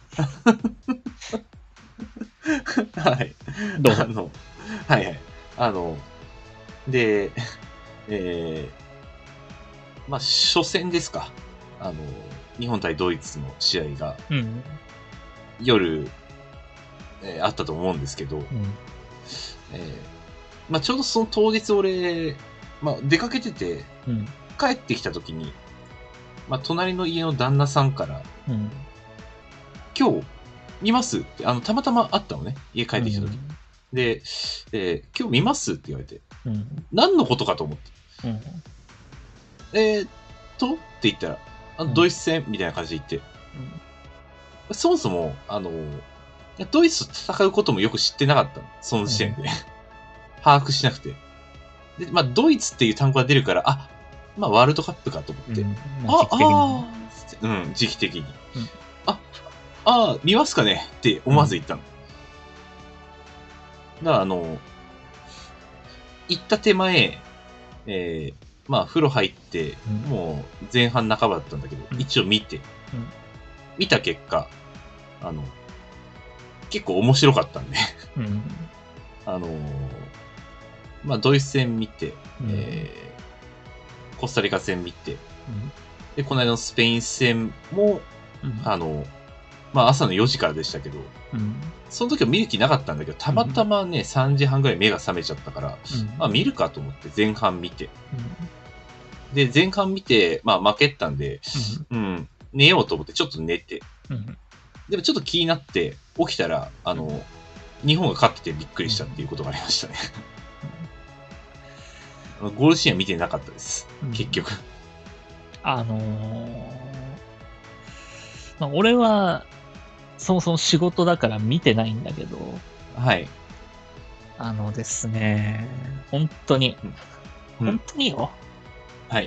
はい。 どうぞあの、はいはい。あの、で、えー、まあ、初戦ですか。あの、日本対ドイツの試合がうん。 夜、えーあったと思うんですけど、 うん。 えーまあ、ちょうどその当日俺、まあ、出かけてて、 うん。 帰ってきた時に、まあ、隣の家の旦那さんから、 うん。 今日見ますって、あの、たまたま会ったのね、家帰ってきた時。で、えー今日見ますって言われて、 うん。うん。 何のことかと思って。 うん。 えーっとって言ったら、あのドイツ戦みたいな感じで言って、そもそも、あの、ドイツと戦うこともよく知ってなかったの。その時点で。把握しなくて。で、まあ、ドイツっていう単語が出るから、あ、まあ、ワールドカップかと思って。 うん。 あ、 時期的にあーつってうん、時期的に。 うんあ、ああ、見ますかねって思わず言ったの。だから、あの、行った手前、えー、まあ、風呂入って、 うんもう前半半ばだったんだけど、 うん一応見て、 うん見た結果、あの、結構面白かったんで、 うん。 あのーまあ、ドイツ戦見て、 うんえー、コスタリカ戦見て、 うんで、この間のスペイン戦も、 うんあの、まあ、朝のよじからでしたけど、 うんその時は見る気なかったんだけど、たまたまね、さんじはんぐらい目が覚めちゃったから、まあ、見るかと思って前半見て。で、前半見て、まあ、負けたんで、うん、寝ようと思ってちょっと寝て。 うんでもちょっと気になって、起きたら、あの、日本が勝っててびっくりしたっていうことがありましたね。ゴールシーンは見てなかったです。 うん結局。 あのーまあ、俺は、そもそも仕事だから見てないんだけど、 はい。 あのですね、本当に、 うん本当によ、 はい。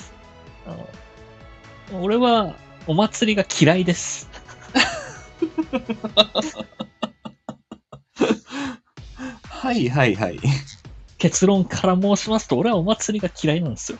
あの俺はお祭りが嫌いです。 はいはいはい。 結論から申しますと、俺はお祭りが嫌いなんですよ。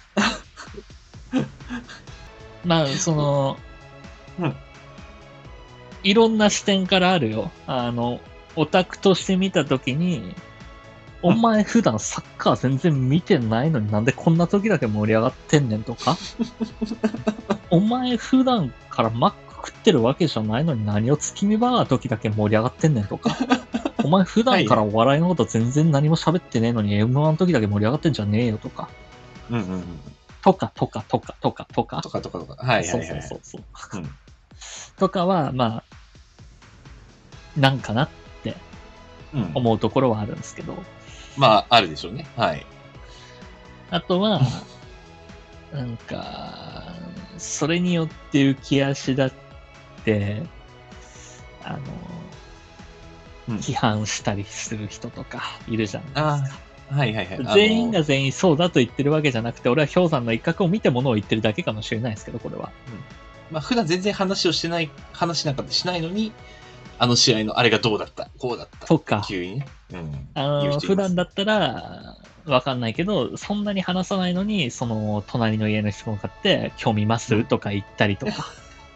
まあ、その、 うん。 いろんな視点からあるよ。あの、オタクとして見たときに、お前普段サッカー全然見てないのになんでこんな時だけ盛り上がってんねんとか、お前普段からマック食ってるわけじゃないのに何を月見バーガー時だけ盛り上がってんねんとか、お前普段からお笑いのこと全然何も喋ってねえのに エムワン の時だけ盛り上がってんじゃねえよとか、 うんうんうん。 とかとかとかとかとか。 とかとかとか。はいはいはい。 そうそうそうそう。 うん。 とかは、まあ、なんかなってうん。 思うところはあるんですけど、 まあ、あるでしょうね。はい。 あとは、なんか、それによって浮き足立って、あの、 うん批判したりする人とかいるじゃないですあか。 あ、はいはいはい。あの全員が全員そうだと言ってるわけじゃなくて、俺は氷山の一角を見てものを言ってるだけかもしれないですけど、これは。 まあ、普段全然話をしてない、話なんかしないのに、あの試合のあれがどうだった、こうだった。 とか、 急にね。うん。 あの、 言う人います普段だったら、わかんないけど、そんなに話さないのに、その、隣の家の人に向かって、興味ます、 うんとか言ったりとか。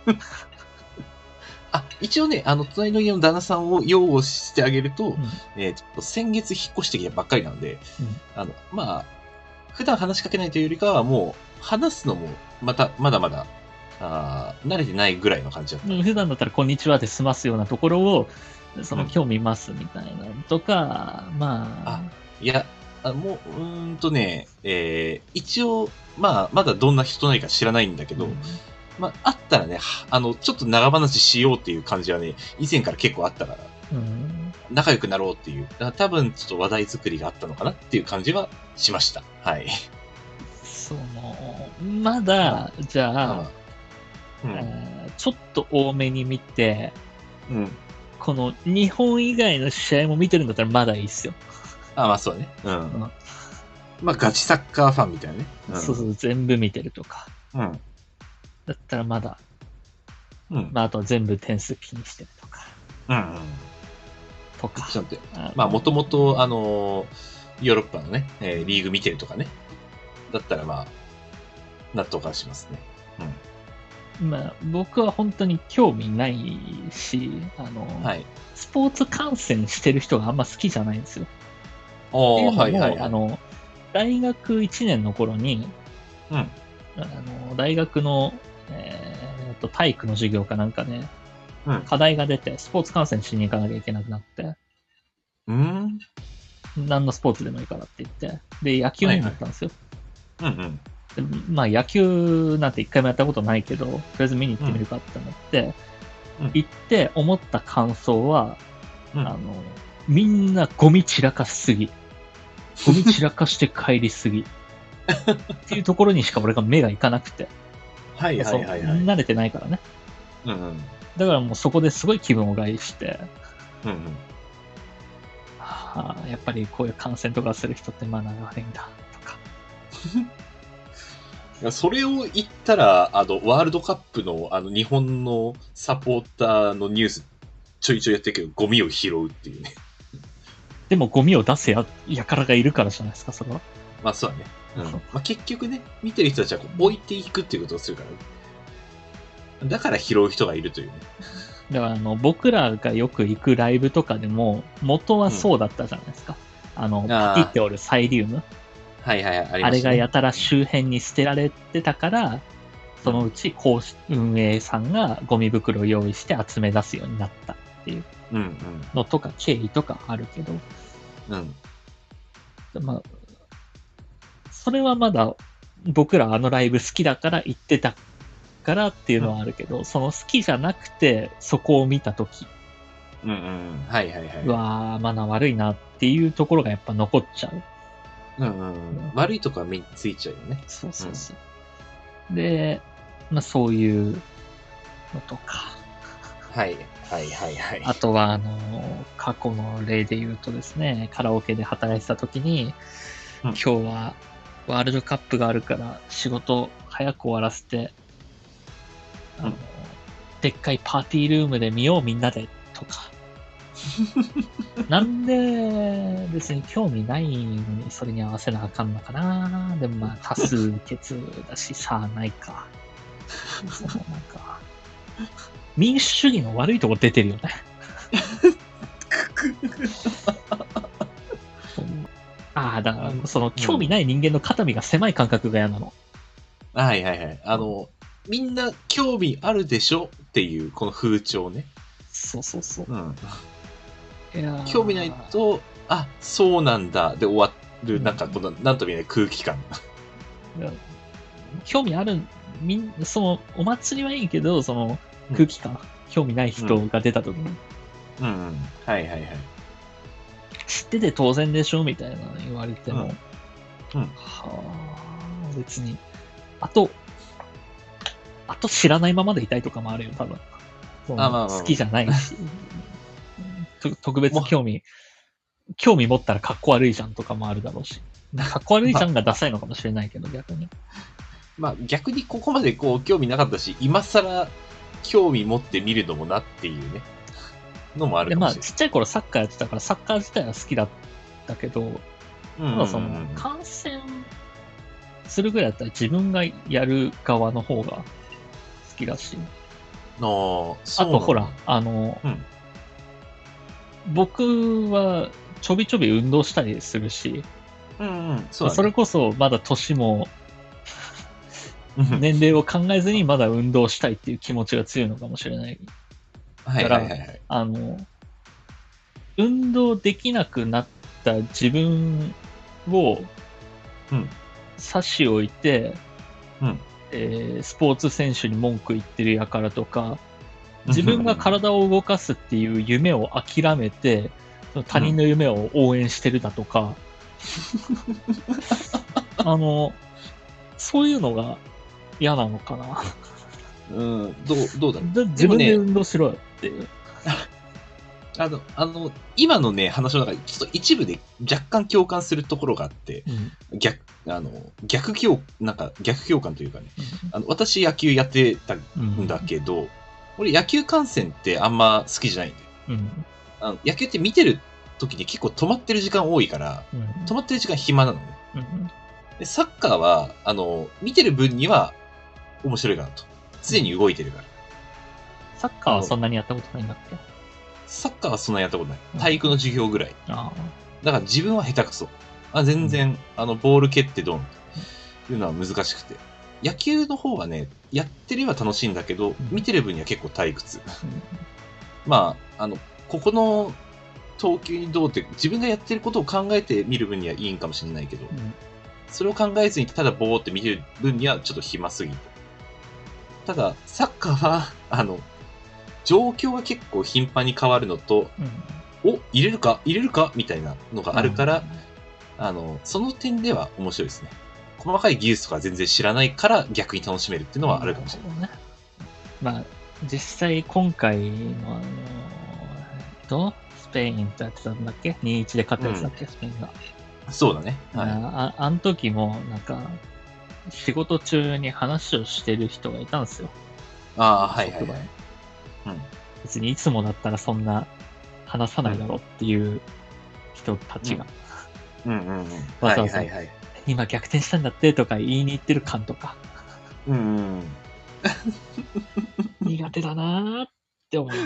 あ、一応ね、あの、隣の家の旦那さんを擁護してあげると、 うんえーちょっと先月引っ越してきたばっかりなんで、 うんあの、まあ、普段話しかけないというよりかは、もう、話すのも、また、まだまだ、あー慣れてないぐらいの感じだった。 普段だったら、こんにちはで済ますようなところを、その、 うん興味ますみたいなとか、まあ、 いや、あもう、うーんとね、えー一応、まあ、まだどんな人となりか知らないんだけど、 うんまあ、あったらね、はあの、ちょっと長話しようっていう感じはね、以前から結構あったから、 うん仲良くなろうっていう、だから多分ちょっと話題作りがあったのかなっていう感じはしました。はい。 その、まだ、じゃあ、 まあうん。 えーちょっと多めに見て、 うん。 この日本以外の試合も見てるんだったらまだいいっすよ。 あ、まあそうだね。うん。 うんまあガチサッカーファンみたいなね。うん。 そうそう、全部見てるとか。 うん。 だったらまだ、 うん。 まあ、あとは全部点数気にしてるとか。 うん。うん。 とか。 ちょっと待って。 あのまあもともと、あのーヨーロッパのね、えーリーグ見てるとかね。だったらまあ、納得はしますね。 まあ、僕は本当に興味ないし、あの、 はい。 スポーツ観戦してる人があんま好きじゃないんですよ。 おー、 っていうのも、 はいはいはい。 あの、大学いちねんの頃に、 うん。 あの、大学の、えーっと、体育の授業かなんかね、 うん。 課題が出て、スポーツ観戦しに行かなきゃいけなくなって、 うん。 何のスポーツでもいいからって言って、で、野球見に行ったんですよ。 うんうん。 でまあ、野球なんて一回もやったことないけど、とりあえず見に行ってみるかって思って、 うん行って思った感想は、 うんあの、みんなゴミ散らかしすぎ。ゴミ散らかして帰りすぎ。っていうところにしか俺が目がいかなくて。 はいはいはいはい。 そう慣れてないからね。 うんうん。 だからもうそこですごい気分を害して、 うんうん。 はあ、やっぱりこういう感染とかする人ってマナーが悪いんだ、とか。 いやそれを言ったら、あの、ワールドカップの、あの、日本のサポーターのニュース、ちょいちょいやってるけど、ゴミを拾うっていうね。 でもゴミを出せや、やからがいるからじゃないですか、それは。 まあ、そうだね。うん。まあ、結局ね、見てる人たちはこう置いていくっていうことをするから、だから拾う人がいるというね。 だからあの、僕らがよく行くライブとかでも、元はそうだったじゃないですか。あの、 あーパキっておるサイリウム。 はいはいはい、ありましたね。 あれがやたら周辺に捨てられてたから、そのうち公式運営さんがゴミ袋を用意して集め出すようになったっていううんのとか経緯とかあるけど、 うん。うん。 まあ、それはまだ僕らあのライブ好きだから行ってたからっていうのはあるけど、その好きじゃなくてそこを見たときうんうん。はいはいはい。 は、マナー悪いなっていうところがやっぱ残っちゃう。 うんうんうん。悪いとこは目についちゃうよね。 そうそうそう。で、まあそういうのとか、 はい。はいはいはい。 あとは、あの、過去の例で言うとですね、カラオケで働いてた時に、 うん今日はワールドカップがあるから仕事早く終わらせて、あの、 うんでっかいパーティールームで見ようみんなでとか。なんで、別に興味ないのにそれに合わせなあかんのかな。でもまあ多数決だし、さあないか。そのなんか、民主主義の悪いとこ出てるよね。ああ、だからその興味ない人間の肩身が狭い感覚が嫌なの。 はいはいはい。あの、みんな興味あるでしょっていうこの風潮ね。 そうそうそう。 うん。 いや興味ないと、あ、そうなんだで終わる、 うんなんかこの、なんとも言えない空気感。 いや興味ある、みん、その、お祭りはいいけど、その、空気感、うん、興味ない人が出た時に、 うん、うん、はいはいはい。 知ってて当然でしょみたいなの言われても、うん。 うん、 はあ、別に。あと、あと知らないままでいたいとかもあるよ、多分。そのあまあまあ好きじゃないし。特別興味、興味持ったらかっこ悪いじゃんとかもあるだろうし。かっこ悪いじゃんがダサいのかもしれないけど、逆に。 まあ逆にここまでこう興味なかったし、今更興味持って見るのもなっていうね、のもあるかもしれない。で、まあちっちゃい頃サッカーやってたから、サッカー自体は好きだったけど、ただその、観戦するぐらいだったら自分がやる側の方が好きだし。 ああ、 あとほら、あの、うん、僕はちょびちょび運動したりするし、 うんうん、そうだね、 それこそまだ年も年齢を考えずにまだ運動したいっていう気持ちが強いのかもしれない。 はいはいはいはい。 あの、運動できなくなった自分を差し置いて、 うんえー、スポーツ選手に文句言ってるやからとか、自分が体を動かすっていう夢を諦めて、その他人の夢を応援してるだとか、うん、あの、そういうのが嫌なのかな。 うん、どう、どうだろう。 自分で運動しろよっていう。 あの、あの、今のね、話の中で、ちょっと一部で若干共感するところがあって、うん、逆、あの、逆共、なんか逆共感というかね、うん、あの、私野球やってたんだけど、うん、俺野球観戦ってあんま好きじゃないんだよ。うん、あの野球って見てる時に結構止まってる時間多いから、うん、止まってる時間暇なのね。うん、でサッカーは、あの、見てる分には面白いかなと。常に動いてるから。 サッカーはそんなにやったことないんだっけ？ サッカーはそんなにやったことない。体育の授業ぐらい。うん、あだから自分は下手くそ。あ全然、うん、あの、ボール蹴ってドンというのは難しくて。野球の方はね、やってれば楽しいんだけど、うん、見てる分には結構退屈。うん、まあ、あの、ここの投球にどうって、自分がやってることを考えて見る分にはいいんかもしれないけど、うん、それを考えずにただボーって見てる分にはちょっと暇すぎて。ただ、サッカーは、あの、状況が結構頻繁に変わるのと、うん、お、入れるか入れるかみたいなのがあるから、うん、あの、その点では面白いですね。細かい技術とか全然知らないから逆に楽しめるっていうのはあるかもしれない。ね、 まあ、実際今回のあの、と、スペインとやってたんだっけ ?にたいいち で勝ったやつだっけ、うん、スペインが。 そうだね。 はい、ああの時も、なんか、仕事中に話をしてる人がいたんですよ。 ああ、はいはいはい。 うん、別にいつもだったらそんな話さないだろうっていう人たちが、 うん、うんうんうんわざわざ、はいはいはい、今逆転したんだってとか言いに行ってる感とか、 うんうん、 苦手だなーって思う。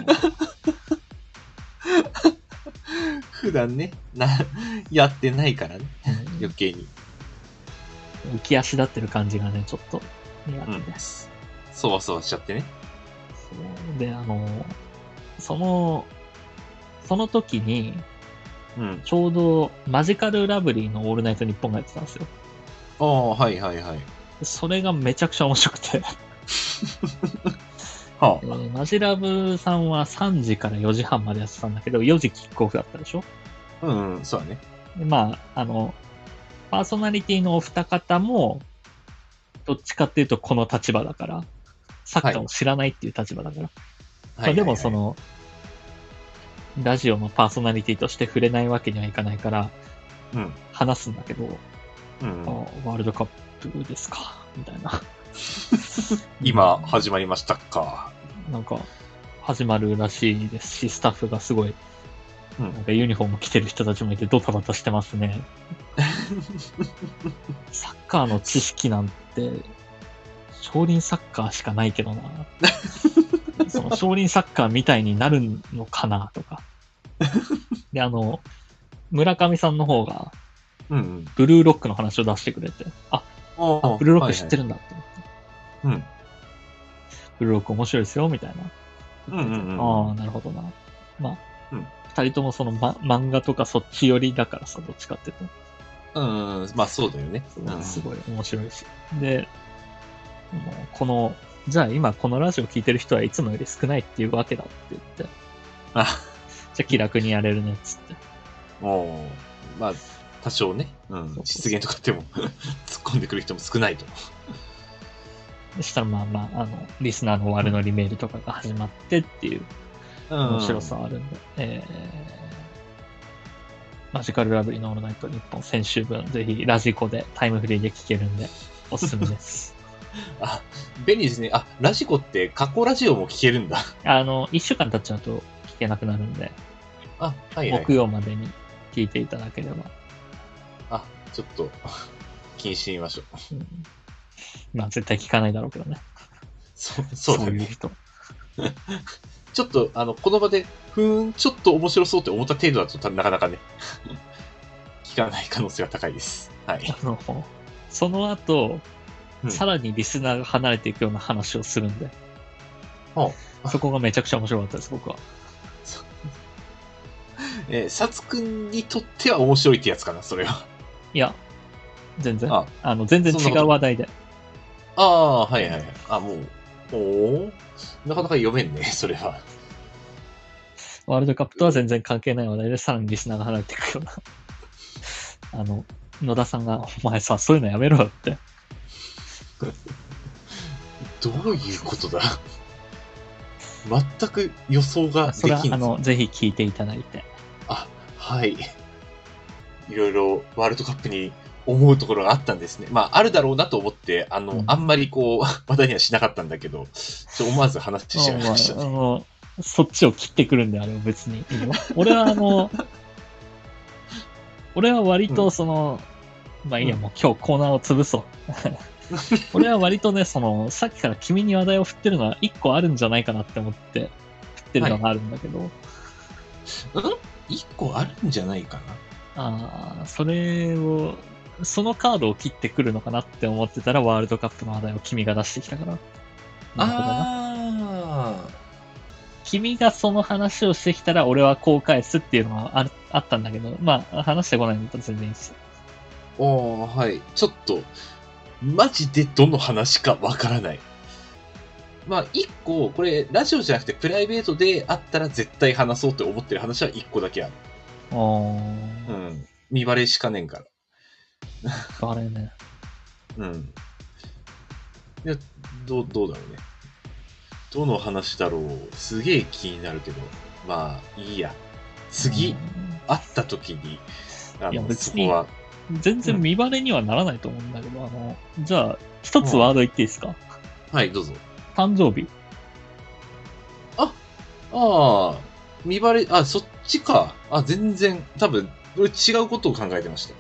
普段ねなやってないからね、うん、余計に浮き足立ってる感じがねちょっと苦手です、 うん、そわそわしちゃってね。 で、あの、その、その時に、うん、ちょうどマジカルラブリーのオールナイトニッポンがやってたんですよ。 ああ、はいはいはい。 それがめちゃくちゃ面白くて、はあえー。マジラブさんはさんじからよじはんまでやってたんだけど、よじキックオフだったでしょ？ うん、うん、そうだね。 でまあ、あの、パーソナリティのお二方も、どっちかっていうとこの立場だから、サッカーを知らないっていう立場だから。はいまあ、でもその、はいはいはい、ラジオのパーソナリティとして触れないわけにはいかないから、うん、話すんだけど、うん、あワールドカップですかみたいな。 今始まりましたか。 なんか始まるらしいですし、スタッフがすごい、 うん、 なんかユニフォーム着てる人たちもいてドタバタしてますね。サッカーの知識なんて、少林サッカーしかないけどな。その少林サッカーみたいになるのかなとか。で、あの、村上さんの方が、 うんうん。 ブルーロックの話を出してくれて、あ、あブルーロック知ってる。 るんだって思って、 うん。 ブルーロック面白いですよ、みたいな。 うんうんうん。 ああ、なるほどな。まあ、 うん二人ともその、ま、漫画とかそっち寄りだからさ、どっちかっていうと。 うん、まあそうだよね。うん。 すごい面白いし。で、もうこの、じゃあ今このラジオ聞いてる人はいつもより少ないっていうわけだって言って、 あ、 じゃあ気楽にやれるねっつって。 もう、まあ、多少ね、うん、実現とかっても突っ込んでくる人も少ないと。 そしたらまあまあ、あの、リスナーの悪乗りメールとかが始まってっていう面白さあるんで、えー、マジカルラブリーのオールナイトニッポン先週分、ぜひラジコでタイムフリーで聞けるんで、おすすめです。 あ、便利ですね。あ、ラジコって過去ラジオも聞けるんだ。 あの、一週間経っちゃうと聞けなくなるんで、 あ、はいはい。 木曜までに聞いていただければ。 あ、ちょっと、気にしてみましょう。 うん、まあ絶対聞かないだろうけどね。 そう、そうだね。 そういう人。 ちょっと、あの、この場で、ふーん、ちょっと面白そうって思った程度だとなかなかね、聞かない可能性は高いです。はい。 あの、その後、 うん、 さらにリスナーが離れていくような話をするんで、 ほうそこがめちゃくちゃ面白かったです、僕は。 えー、サツくんにとっては面白いってやつかな、それは。 いや、全然。 あ、 あの、全然違う話題で。 ああ、はいはいはい。あ、もう、おおなかなか読めんね、それは。 ワールドカップとは全然関係ない話題で、さらにリスナーが離れていくような。あの、野田さんが、お前さ、そういうのやめろよって。 どういうことだ全く予想ができん。 それは、あの、ぜひ聞いていただいて。 あ、はい。いろいろワールドカップに思うところがあったんですね。まあ、あるだろうなと思って、あの、うん、あんまりこう、話題にはしなかったんだけど、ちょ思わず話してしまいましたね。 あの、そっちを切ってくるんで、あれは別にいいよ。俺はあの、俺は割とその、うん、まあいいや、もう今日コーナーを潰そう。俺は割とね、その、さっきから君に話題を振ってるのは一個あるんじゃないかなって思って振ってるのがあるんだけど。はい、 うん一個あるんじゃないかなああ、それを、そのカードを切ってくるのかなって思ってたら、ワールドカップの話題を君が出してきたから。なるほどな。ああ。君がその話をしてきたら、俺はこう返すっていうのは あ, あったんだけど、まあ、話してこないんだったら全然いいです。 おー、はい。ちょっと、マジでどの話かわからない。まあ、一個、これ、ラジオじゃなくてプライベートであったら絶対話そうって思ってる話は一個だけある。 ああ。うん。 見バレしかねんから。 あれね。 うん。いや、どう、どうだろうね。どの話だろう。すげえ気になるけど。まあ、いいや。次、会った時に、あの、いや別にそこは。 全然見バレにはならないと思うんだけど、うん、あの、じゃあ、一つワード言っていいですか、うん、 はい、どうぞ。 誕生日。 あ、ああ、見バレ、あ、そっちか。あ、全然、多分、俺違うことを考えてました。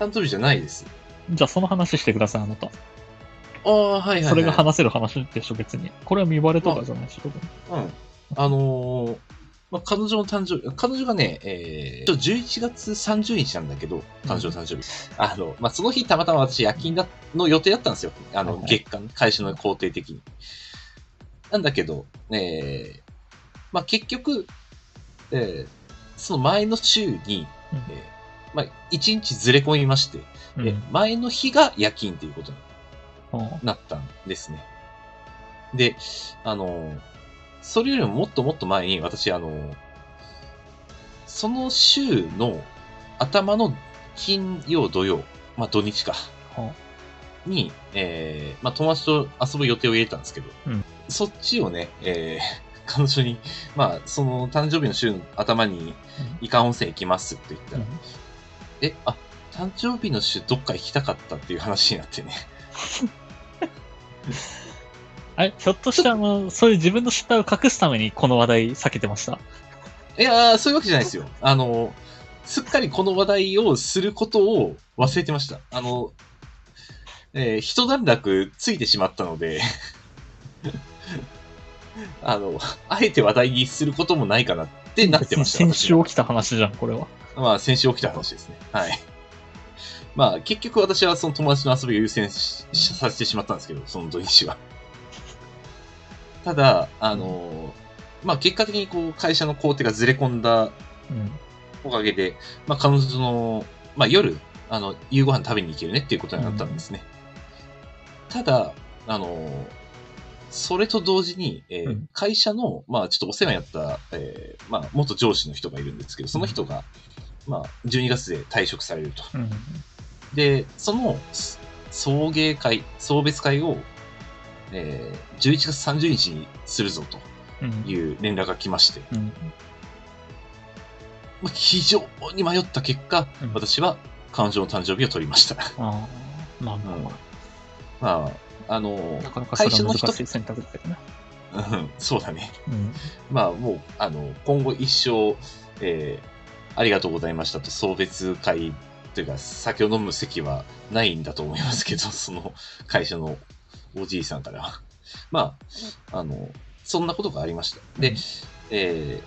誕生日じゃないです。 じゃあ、その話してください、あなた。 ああ、はいはい、はい。 それが話せる話でしょ、別に。これは見バレとかじゃないでしょ、 うん。あのー、まあ、彼女の誕生日、彼女がね、えー、じゅういちがつさんじゅうにちなんだけど、彼女の誕生日。うん、あの、まあ、その日たまたま私夜勤だの予定だったんですよ。あの、はいはい、月間、会社の肯定的に。なんだけど、えー、まあ、結局、えー、その前の週に、うん、えー、まあ、いちにちずれ込みまして、うん、前の日が夜勤っていうことになったんですね。で、あのー、それよりももっともっと前に、私、あのー、その週の頭の金曜、土曜、まあ土日か、に、えー、まあ友達と遊ぶ予定を入れたんですけど、うん、そっちをね、えー、彼女に、まあ、その誕生日の週の頭に、伊香温泉行きますって言ったら、うん、え、あ、誕生日の週どっか行きたかったっていう話になってね。 あれ、ひょっとしてあの、そういう自分の失敗を隠すためにこの話題避けてました？ いやー、そういうわけじゃないですよ。あの、すっかりこの話題をすることを忘れてました。あの、えー、一段落ついてしまったので、あの、あえて話題にすることもないかなってなってました。 先週起きた話じゃん、これは。 まあ、先週起きた話ですね。はい。まあ、結局私はその友達の遊びを優先しさせてしまったんですけど、その土日は。ただ、あの、まあ、結果的にこう、会社の工程がずれ込んだおかげで、うん、まあ、彼女の、まあ、夜、あの、夕ご飯食べに行けるねっていうことになったんですね。うん、ただ、あの、それと同時に、えーうん、会社の、まあ、ちょっとお世話になった、えー、まあ、元上司の人がいるんですけど、その人が、まあ、じゅうにがつで退職されると。うん、で、その、送迎会、送別会を、えー、じゅういちがつさんじゅうにちにするぞという連絡が来まして、うんまあ、非常に迷った結果、うん、私は彼女の誕生日を取りました。あまあまあまあ。うん、 まあ、あの、 なかなか会社の人難しい選択だけどね。 うん、そうだね。 うん、 まあ、もう、あの、今後一生、えー、ありがとうございましたと送別会というか、酒を飲む席はないんだと思いますけど、その会社のおじいさんからは。まあ、あの、そんなことがありました。で、うん、え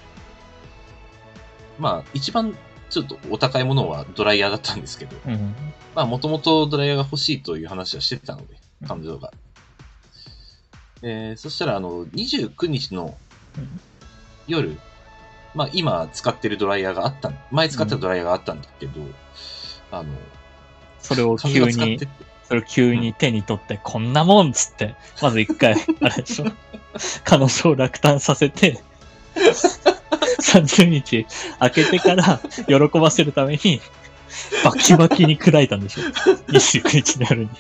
ー、まあ、一番ちょっとお高いものはドライヤーだったんですけど、うん、まあ、もともとドライヤーが欲しいという話はしてたので、彼女が。えー、そしたら、あの、にじゅうくにちの夜、うん、まあ、今使ってるドライヤーがあった、前使ってたドライヤーがあったんだけど、うん、あの、 それを急に、それを急に手に取って、こんなもんつって、まず一回、あれでしょ、彼女を落胆させて、さんじゅうにち開けてから喜ばせるために、バキバキに砕いたんでしょ、にじゅうくにちの夜に。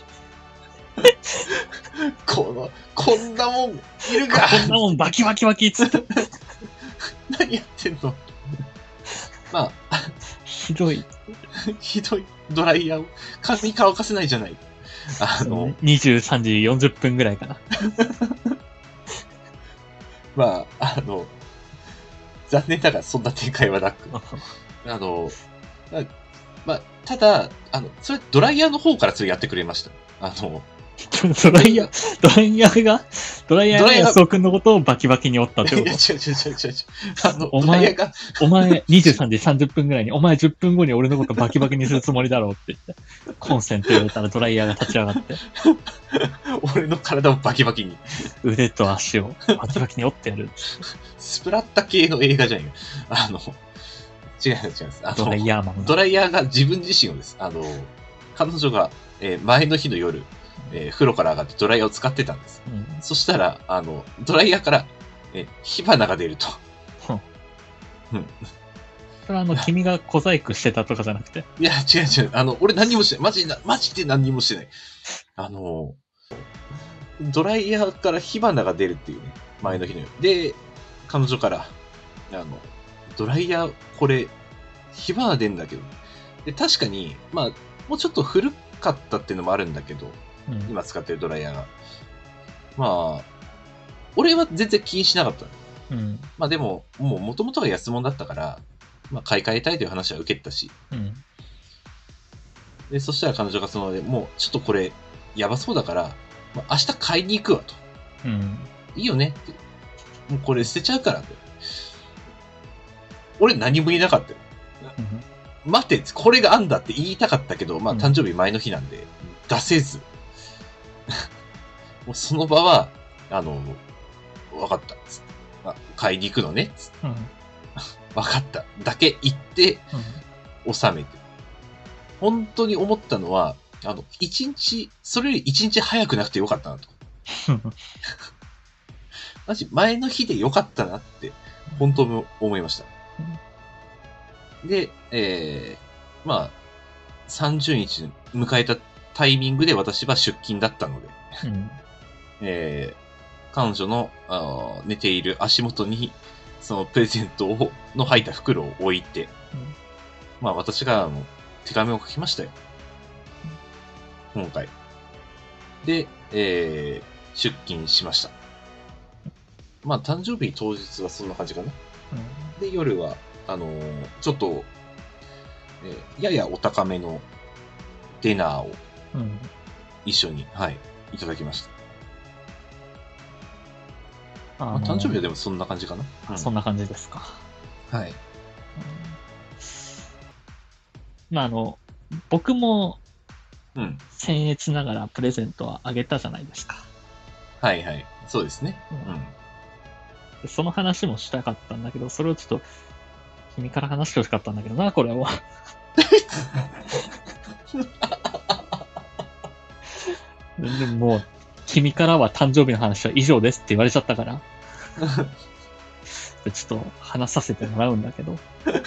この、こんなもん、いるかこんなもんバキバキバキっつって。 何やってんのまあ、 ひどい。 ひどいドライヤーを髪乾かせないじゃない。あの、 にじゅうさんじよんじゅっぷんぐらいかな。 まあ、あの、残念ながらそんな展開はなく、あの、まあ、ただ、あの、それドライヤーの方からそれやってくれました。あの、 ドライヤー、ドライヤーが、ドライヤーが安尾くんのことをバキバキに折ったってこと？ いや、違う違う違う違う違う。あの、 お前、お前にじゅうさんじさんじゅっぷんぐらいに、お前じゅっぷんごに俺のことバキバキにするつもりだろうって言って、コンセント入れたらドライヤーが立ち上がって。 俺の体をバキバキに。 腕と足をバキバキに折ってやる。 スプラッタ系の映画じゃんよ。あの、違う違う違う。あのドライヤーマン。 ドライヤーが自分自身をです。あの、彼女が、えー、前の日の夜、えー、風呂から上がってドライヤーを使ってたんです。うん、そしたら、あの、ドライヤーから、えー、火花が出ると。 うん。それはあの、君が小細工してたとかじゃなくて。 いや、違う違う。あの、俺何にもしてない。マジな、マジで何にもしてない。あの、ドライヤーから火花が出るっていうね、前の日の夜。で、彼女から、あの、ドライヤー、これ、火花出んだけど。で、確かに、まあ、もうちょっと古かったっていうのもあるんだけど、うん、今使ってるドライヤーが。まあ、俺は全然気にしなかった。うん、まあでも、もう元々が安物だったから、まあ買い替えたいという話は受けてたし。うん、で、そしたら彼女がその、もうちょっとこれ、やばそうだから、まあ、明日買いに行くわと。うん、いいよねって。もうこれ捨てちゃうからって。俺何も言えなかったよ。うん、待て、これがあんだって言いたかったけど、まあ誕生日前の日なんで、出せず。もうその場は、あの、わかったっつって。あ、買いに行くのねっつって。うん、わかった。だけ言って、うん、収めて。本当に思ったのは、あの、一日、それより一日早くなくてよかったなと。マジ、前の日でよかったなって、本当に思いました。で、えー、まあ、さんじゅうにち迎えたタイミングで私は出勤だったので、うん、えー、彼女のあ寝ている足元に、そのプレゼントをの入った袋を置いて、うん、まあ私があの手紙を書きましたよ。今回。で、えー、 出勤しました。まあ、誕生日当日はそんな感じかな。 うん、 で、夜は、あのーちょっと、えーややお高めのディナーをうん。 一緒に、はい、いただきました。 あのまあ、誕生日はでもそんな感じかな。うん、 そんな感じですか。 はい。 うん、まあ、あの、僕もうん。 僭越ながらプレゼントはあげたじゃないですか。 はいはい。そうですね。 ううんん。 でその話もしたかったんだけど、それをちょっと君から話してほしかったんだけどな、これは。でももう、君からは誕生日の話は以上ですって言われちゃったから、でちょっと話させてもらうんだけど。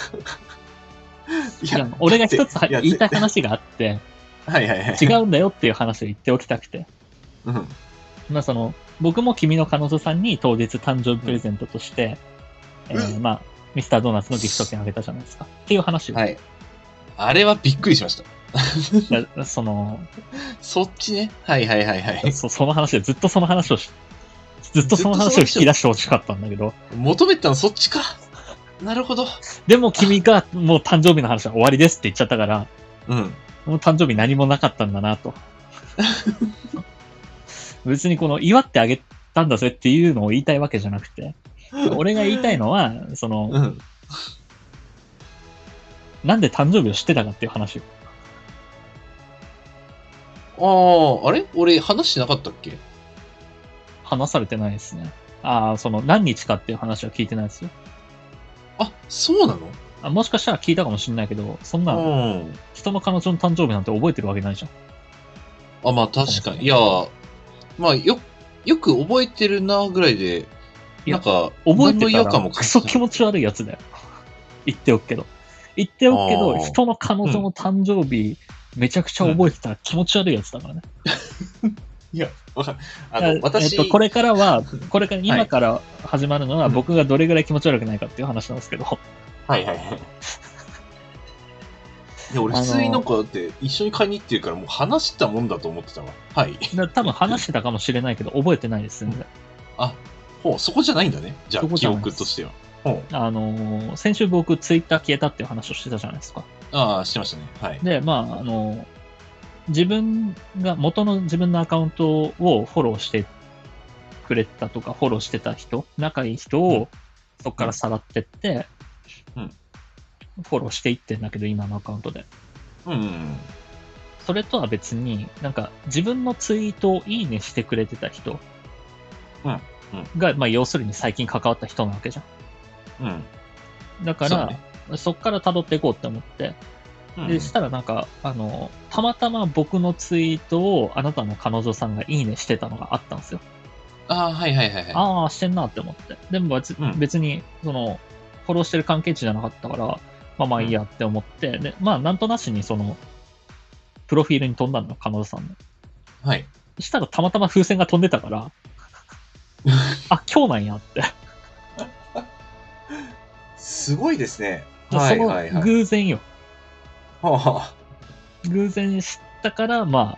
いいや、俺が一つはや言いたい話があって、 はいはいはい。 違うんだよっていう話を言っておきたくて。 うん。 まあその、僕も君の彼女さんに当日誕生日プレゼントとして、 うんえーまあ、ミスタードーナツのギフト券あげたじゃないですか。っていう話を。 はい。あれはびっくりしました。 だその、 そっちね。はいはいはいはい。 そその話でずっとその話をし、ずっとその話を引き出してほしかったんだけど、 求めてたのそっちか。なるほど。 でも君がもう誕生日の話は終わりですって言っちゃったから、 うん。 もう誕生日何もなかったんだなと。別にこの祝ってあげたんだぜっていうのを言いたいわけじゃなくて、俺が言いたいのは、その、 うん。 なんで誕生日を知ってたかっていう話。 ああ、あれ俺話してなかったっけ？ 話されてないですね。ああ、その何日かっていう話は聞いてないですよ。 あ、そうなの？ あ、もしかしたら聞いたかもしれないけど、そんなうん。 人の彼女の誕生日なんて覚えてるわけないじゃん。 あ、まあ確かに。いや、まあよ、よく覚えてるなぐらいで、 いやなんか、 覚え何のてたら違和感もクソ気持ち悪いやつだよ。言っておくけど。言っておくけど、 あー人の彼女の誕生日、めちゃくちゃ覚えてたら気持ち悪いやつだからね。 いや、わかんあえの、私、 えっと、これからは、これから、 はい今から始まるのはうん僕がどれぐらい気持ち悪くないかっていう話なんですけど、 はいはいはい。いや、俺あの普通になんかだって一緒に買いに行ってるからもう話したもんだと思ってたわ。はい。 だ多分話してたかもしれないけど、覚えてないです、全然。 あ、ほう、そこじゃないんだね。じゃあ、記そこじゃないです憶としては。ほう。 あのー先週僕ツイッター消えたっていう話をしてたじゃないですか。 ああ、してましたね。はい。 で、まあ、あのー自分が、元の自分のアカウントをフォローしてくれたとか、フォローしてた人、仲いい人うんをそこからさらってって、 うんフォローしていってんだけど、今のアカウントで。 うんうんうん。 それとは別に、なんか自分のツイートをいいねしてくれてた人うんが、まあ要するに最近関わった人なわけじゃうん。 ん。だから、 そうねそっから辿っていこうって思って、 うんで、したらなんか、あの、たまたま僕のツイートをあなたの彼女さんがいいねしてたのがあったんですよ。 ああ、はいはいはいはい。 ああ、してんなって思って。でも別,、 うん別に、その、フォローしてる関係値じゃなかったから、まあまあいいやって思って、で、まあなんとなしにその、プロフィールに飛んだの、彼女さんの。 はい。 そしたらたまたま風船が飛んでたから、あ、今日なんやって。 すごいですね。 そはいはいのはい。 偶然よ。 は偶然知ったから、まあ、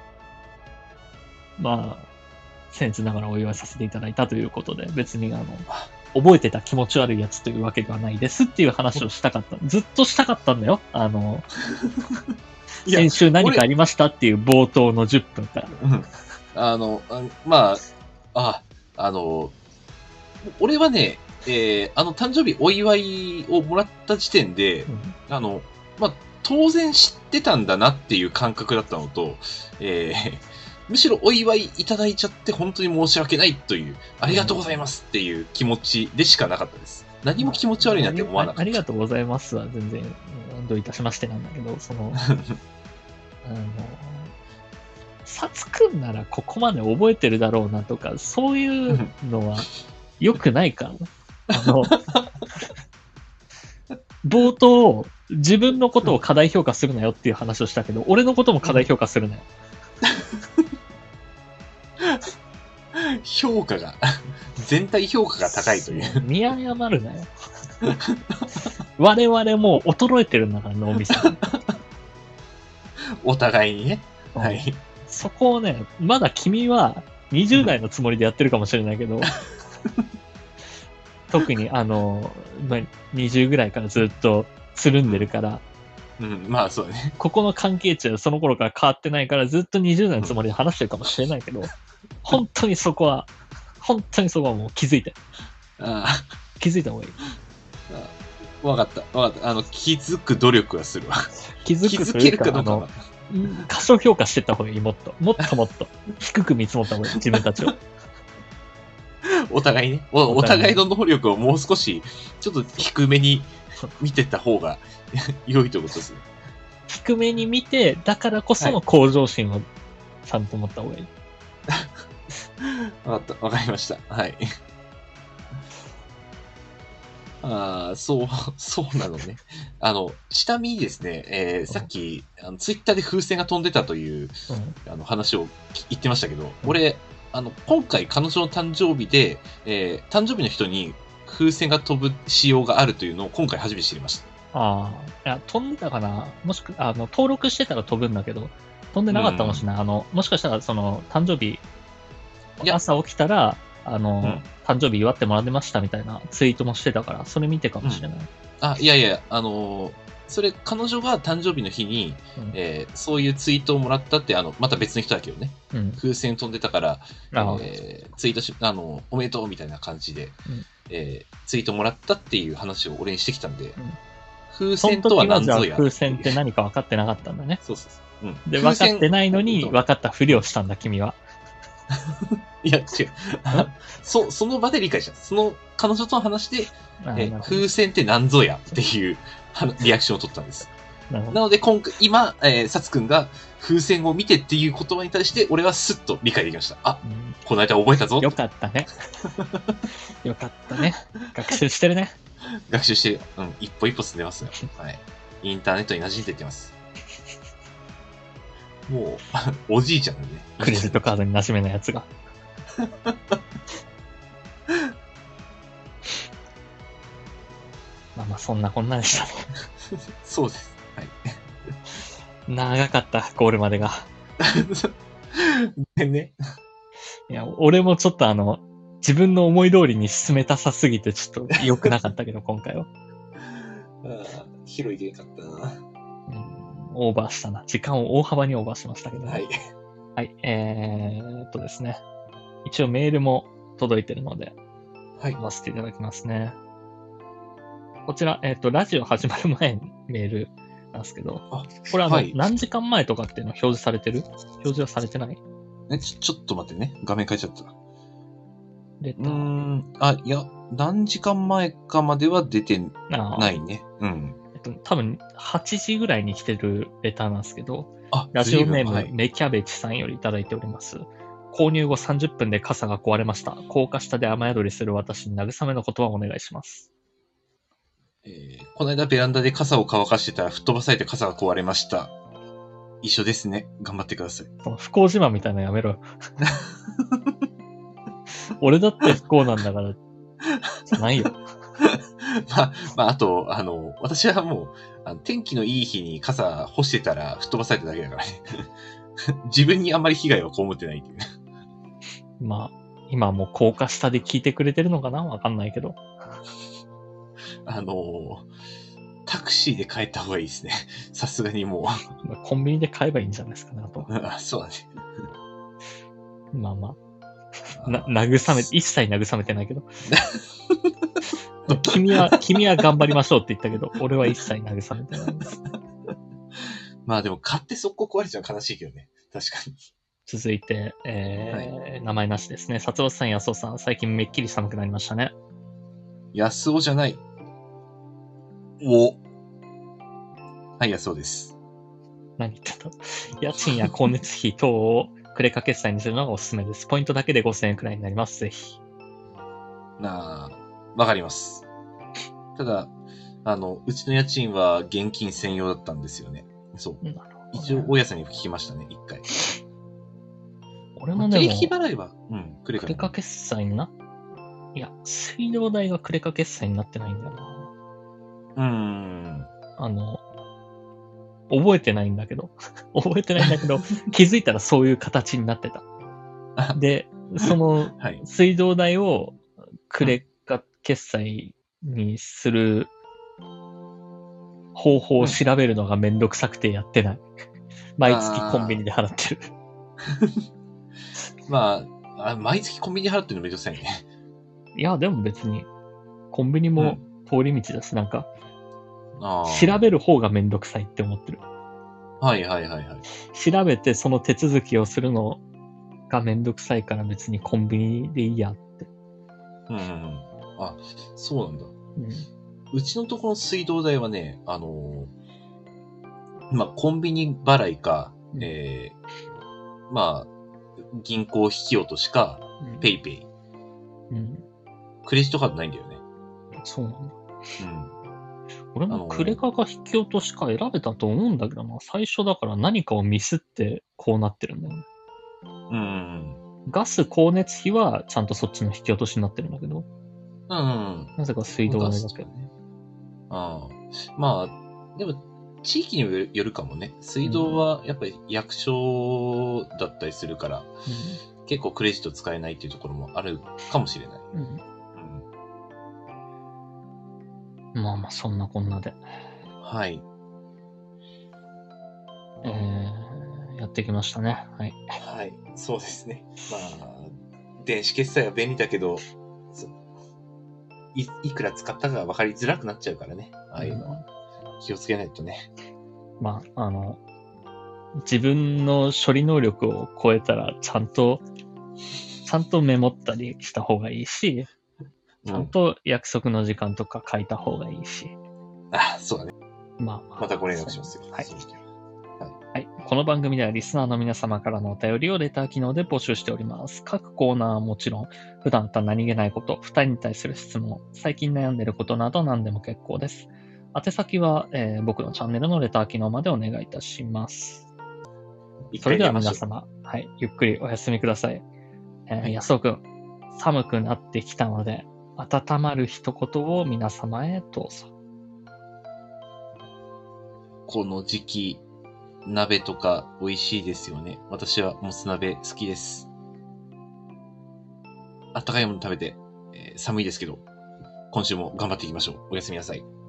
まあ、僭越ながらお祝いさせていただいたということで、別にあの、覚えてた気持ち悪いやつというわけではないですっていう話をしたかった。ずっとしたかったんだよ。あの、 いや先週何かありましたっていう冒頭のじゅっぷんから。 うん。あの、あまあ、あ、あの、俺はね、えーあの、誕生日お祝いをもらった時点で、 うんあの、まあ、当然知ってたんだなっていう感覚だったのと、えーむしろお祝いいただいちゃって本当に申し訳ないという、ありがとうございますっていう気持ちでしかなかったです。何も気持ち悪いなって思わなかった。 ありがとうございますは全然、うんどういたしましてなんだけど、その、あの、さつくんならここまで覚えてるだろうなとか、そういうのは良くないから。あの、冒頭、自分のことを過大評価するなよっていう話をしたけど、俺のことも過大評価するなよ。 評価が、全体評価が高いという。 見誤るなよ。我々もう衰えてるんだから、脳みそ。 お互いにね。はい。 そこをね、まだ君はにじゅう代のつもりでやってるかもしれないけど、特にあの、まあ、にじゅうぐらいからずっとつるんでるから、 うん、まあそうだね。 ここの関係値はその頃から変わってないから、ずっとにじゅう代のつもりで話してるかもしれないけど、本当にそこは、本当にそこはもう気づいて。 あ気づいた方がいい。 あ、わかった、わかった。あの、気づく努力はするわ。 気づく気づというか、 けるかどうかあの、過小評価してった方がいい、もっと。もっともっと。低く見積もった方がいい、自分たちを。 お互いねお。お互いの能力をもう少し、ちょっと低めに見てた方が良いということですね。 低めに見て、だからこその向上心をちゃんと持った方がいい。 わかった、わかりました。はい。ああ、そう、そうなのね。あの、下見にですね、えー、さっき、あのツイッターで風船が飛んでたという、 うん、 あの話を言ってましたけど、俺、あの、今回彼女の誕生日で、えー、誕生日の人に風船が飛ぶ仕様があるというのを今回初めて知りました。 ああ、いや、飛んでたかなもしくあの、登録してたら飛ぶんだけど、飛んでなかったかもしれない。あの、もしかしたら、その、誕生日、朝起きたら、あの、うん、誕生日祝ってもらってましたみたいなツイートもしてたから、それ見てかもしれない。うん、 あ、いやいや、あのー、それ、彼女が誕生日の日に、うん、えー、そういうツイートをもらったって、あの、また別の人だけどね、うん、風船飛んでたから、えー、ツイートし、あの、おめでとうみたいな感じで、うん、えー、ツイートもらったっていう話を俺にしてきたんで、うん、風船とは何ぞや。 風船って何か分かってなかったんだね。 そうそうそう。うん、 で、分かってないのに分かったふりをしたんだ、君は。 いや、違う。そ、その場で理解した。その彼女との話で、え風船って何ぞやっていうリアクションを取ったんです。な, なので、今回、今、えー、サツくんが風船を見てっていう言葉に対して、俺はスッと理解できました。あ、うん、この間覚えたぞ。 よかったね。よかったね。学習してるね。 学習してる。うん、一歩一歩進んでますよ。はい。インターネットに馴染んでいってます。もう、おじいちゃんだね。 クレジットカードに馴染めないやつが。まあまあ、そんなこんなでしたね。 そうです。はい。 長かった、ゴールまでが。 でね。 いや、俺もちょっとあの、自分の思い通りに進めたさすぎて、ちょっと良くなかったけど、今回は。 ああ、広いでよかったな。 うん、オーバーしたな。時間を大幅にオーバーしましたけど、ね。 はい。 はい、えーっとですね。一応メールも届いてるので、はい。読ませていただきますね。こちら、えーっと、ラジオ始まる前にメールなんですけど、これあの、はい、何時間前とかっていうの表示されてる？表示はされてない？ え、ちょ、ちょっと待ってね。画面変えちゃった。 出た。 うーん、あ、いや、何時間前かまでは出てないね。うん。 えっと、多分、はちじぐらいに来てるレターなんですけど、あ、ラジオネーム、はい、メキャベチさんよりいただいております。購入後さんじゅっぷんで傘が壊れました。高架下で雨宿りする私に慰めの言葉をお願いします。 えー、この間ベランダで傘を乾かしてたら吹っ飛ばされて傘が壊れました。一緒ですね。頑張ってください。 その不幸自慢みたいなのやめろよ。俺だって不幸なんだから、じゃないよ。 まあ、まあ、あと、あの、私はもう、あの天気のいい日に傘干してたら吹っ飛ばされただけだからね。自分にあんまり被害は被ってないっていう。 まあ、今もう高架下で聞いてくれてるのかなわかんないけど。 あの、タクシーで帰った方がいいですね。さすがにもう。コンビニで買えばいいんじゃないですかね、あと。 あ、そうだね。 まあまあ。な、慰め、一切慰めてないけど。君は、君は頑張りましょうって言ったけど、俺は一切慰めてないです。 まあでも買って速攻壊れちゃうの悲しいけどね。確かに。 続いて、えーはい、名前なしですね。薩夫さん、安尾さん、最近めっきり寒くなりましたね。 安尾じゃない。お。はい、安尾です。 何言ってた？家賃や光熱費等をクレカ決済にするのがおすすめです。ポイントだけでごせんえんくらいになります。ぜひ。 なあ、わかります。ただ、あの、うちの家賃は現金専用だったんですよね。そう。ね、一応、大家さんに聞きましたね、一回。 俺もでも、 定期払いは、うん、 クレカ。クレカ決済にな、いや、水道代がクレカ決済になってないんだよな。 うーん。 あの、覚えてないんだけど、覚えてないんだけど、気づいたらそういう形になってた。 で、そのはい。 水道代をクレカ決済にする方法をうん。 調べるのがめんどくさくてやってない。毎月コンビあニで払ってる。 まあ、あ、毎月コンビニで払ってるのめんどくさいね。 いや、でも別に、コンビニもうん。 通り道だし、なんか、調あべる方がめんどくさいって思ってる。 あ。はいはいはいはい。 調べてその手続きをするのがめんどくさいから別にコンビニでいいやって。 うんうんうん。あ、そうなんだ。 うん。 うちのところの水道代はね、あのーまあ、コンビニ払いか、 うん、 えー、まあ、銀行引き落としか、 うん、 ペイペイ。 うん。 クレジットカードないんだよね。 そうなんだ。 うん。 俺もあのークレカか引き落としか選べたと思うんだけどな。最初だから何かをミスってこうなってるんだよね。 うんうんガス光熱費はちゃんとそっちの引き落としになってるんだけど、 うん。うんなぜか水うん。ガ道代だけ。 スとかね。ああ。まあ、でも、地域によるよるかもね。水道はやっぱり役所だったりするから、 うん。 結構クレジット使えないっていうところもあるかもしれない。 うん。 うん、 まあまあ、そんなこんなで。 はい。 えー、やってきましたね。はい。 はい。そうですね。まあ、電子決済は便利だけど、いいくら使ったかが分かりづらくなっちゃうからね。ああいうのは。気をつけないとね。 まあ、あの、自分の処理能力を超えたら、ちゃんと、ちゃんとメモったりした方がいいし、ちゃんと約束の時間とか書いた方がいいし。 あ、そうだね。 まあ、 またご連絡しますよ。 はい。 その時ははい。この番組ではリスナーの皆様からのお便りをレター機能で募集しております。各コーナーはもちろん、普段と何気ないこと、二人に対する質問、最近悩んでいることなど何でも結構です。宛先は、えー僕のチャンネルのレター機能までお願いいたします。 一それでは回寝ましょう。 皆様、はい、ゆっくりお休みください。えーはい安尾くん、寒くなってきたので、温まる一言を皆様へどうぞ。 この時期、鍋とか美味しいですよね。私はもつ鍋好きです。あったかいもの食べて、えー寒いですけど、今週も頑張っていきましょう。おやすみなさい。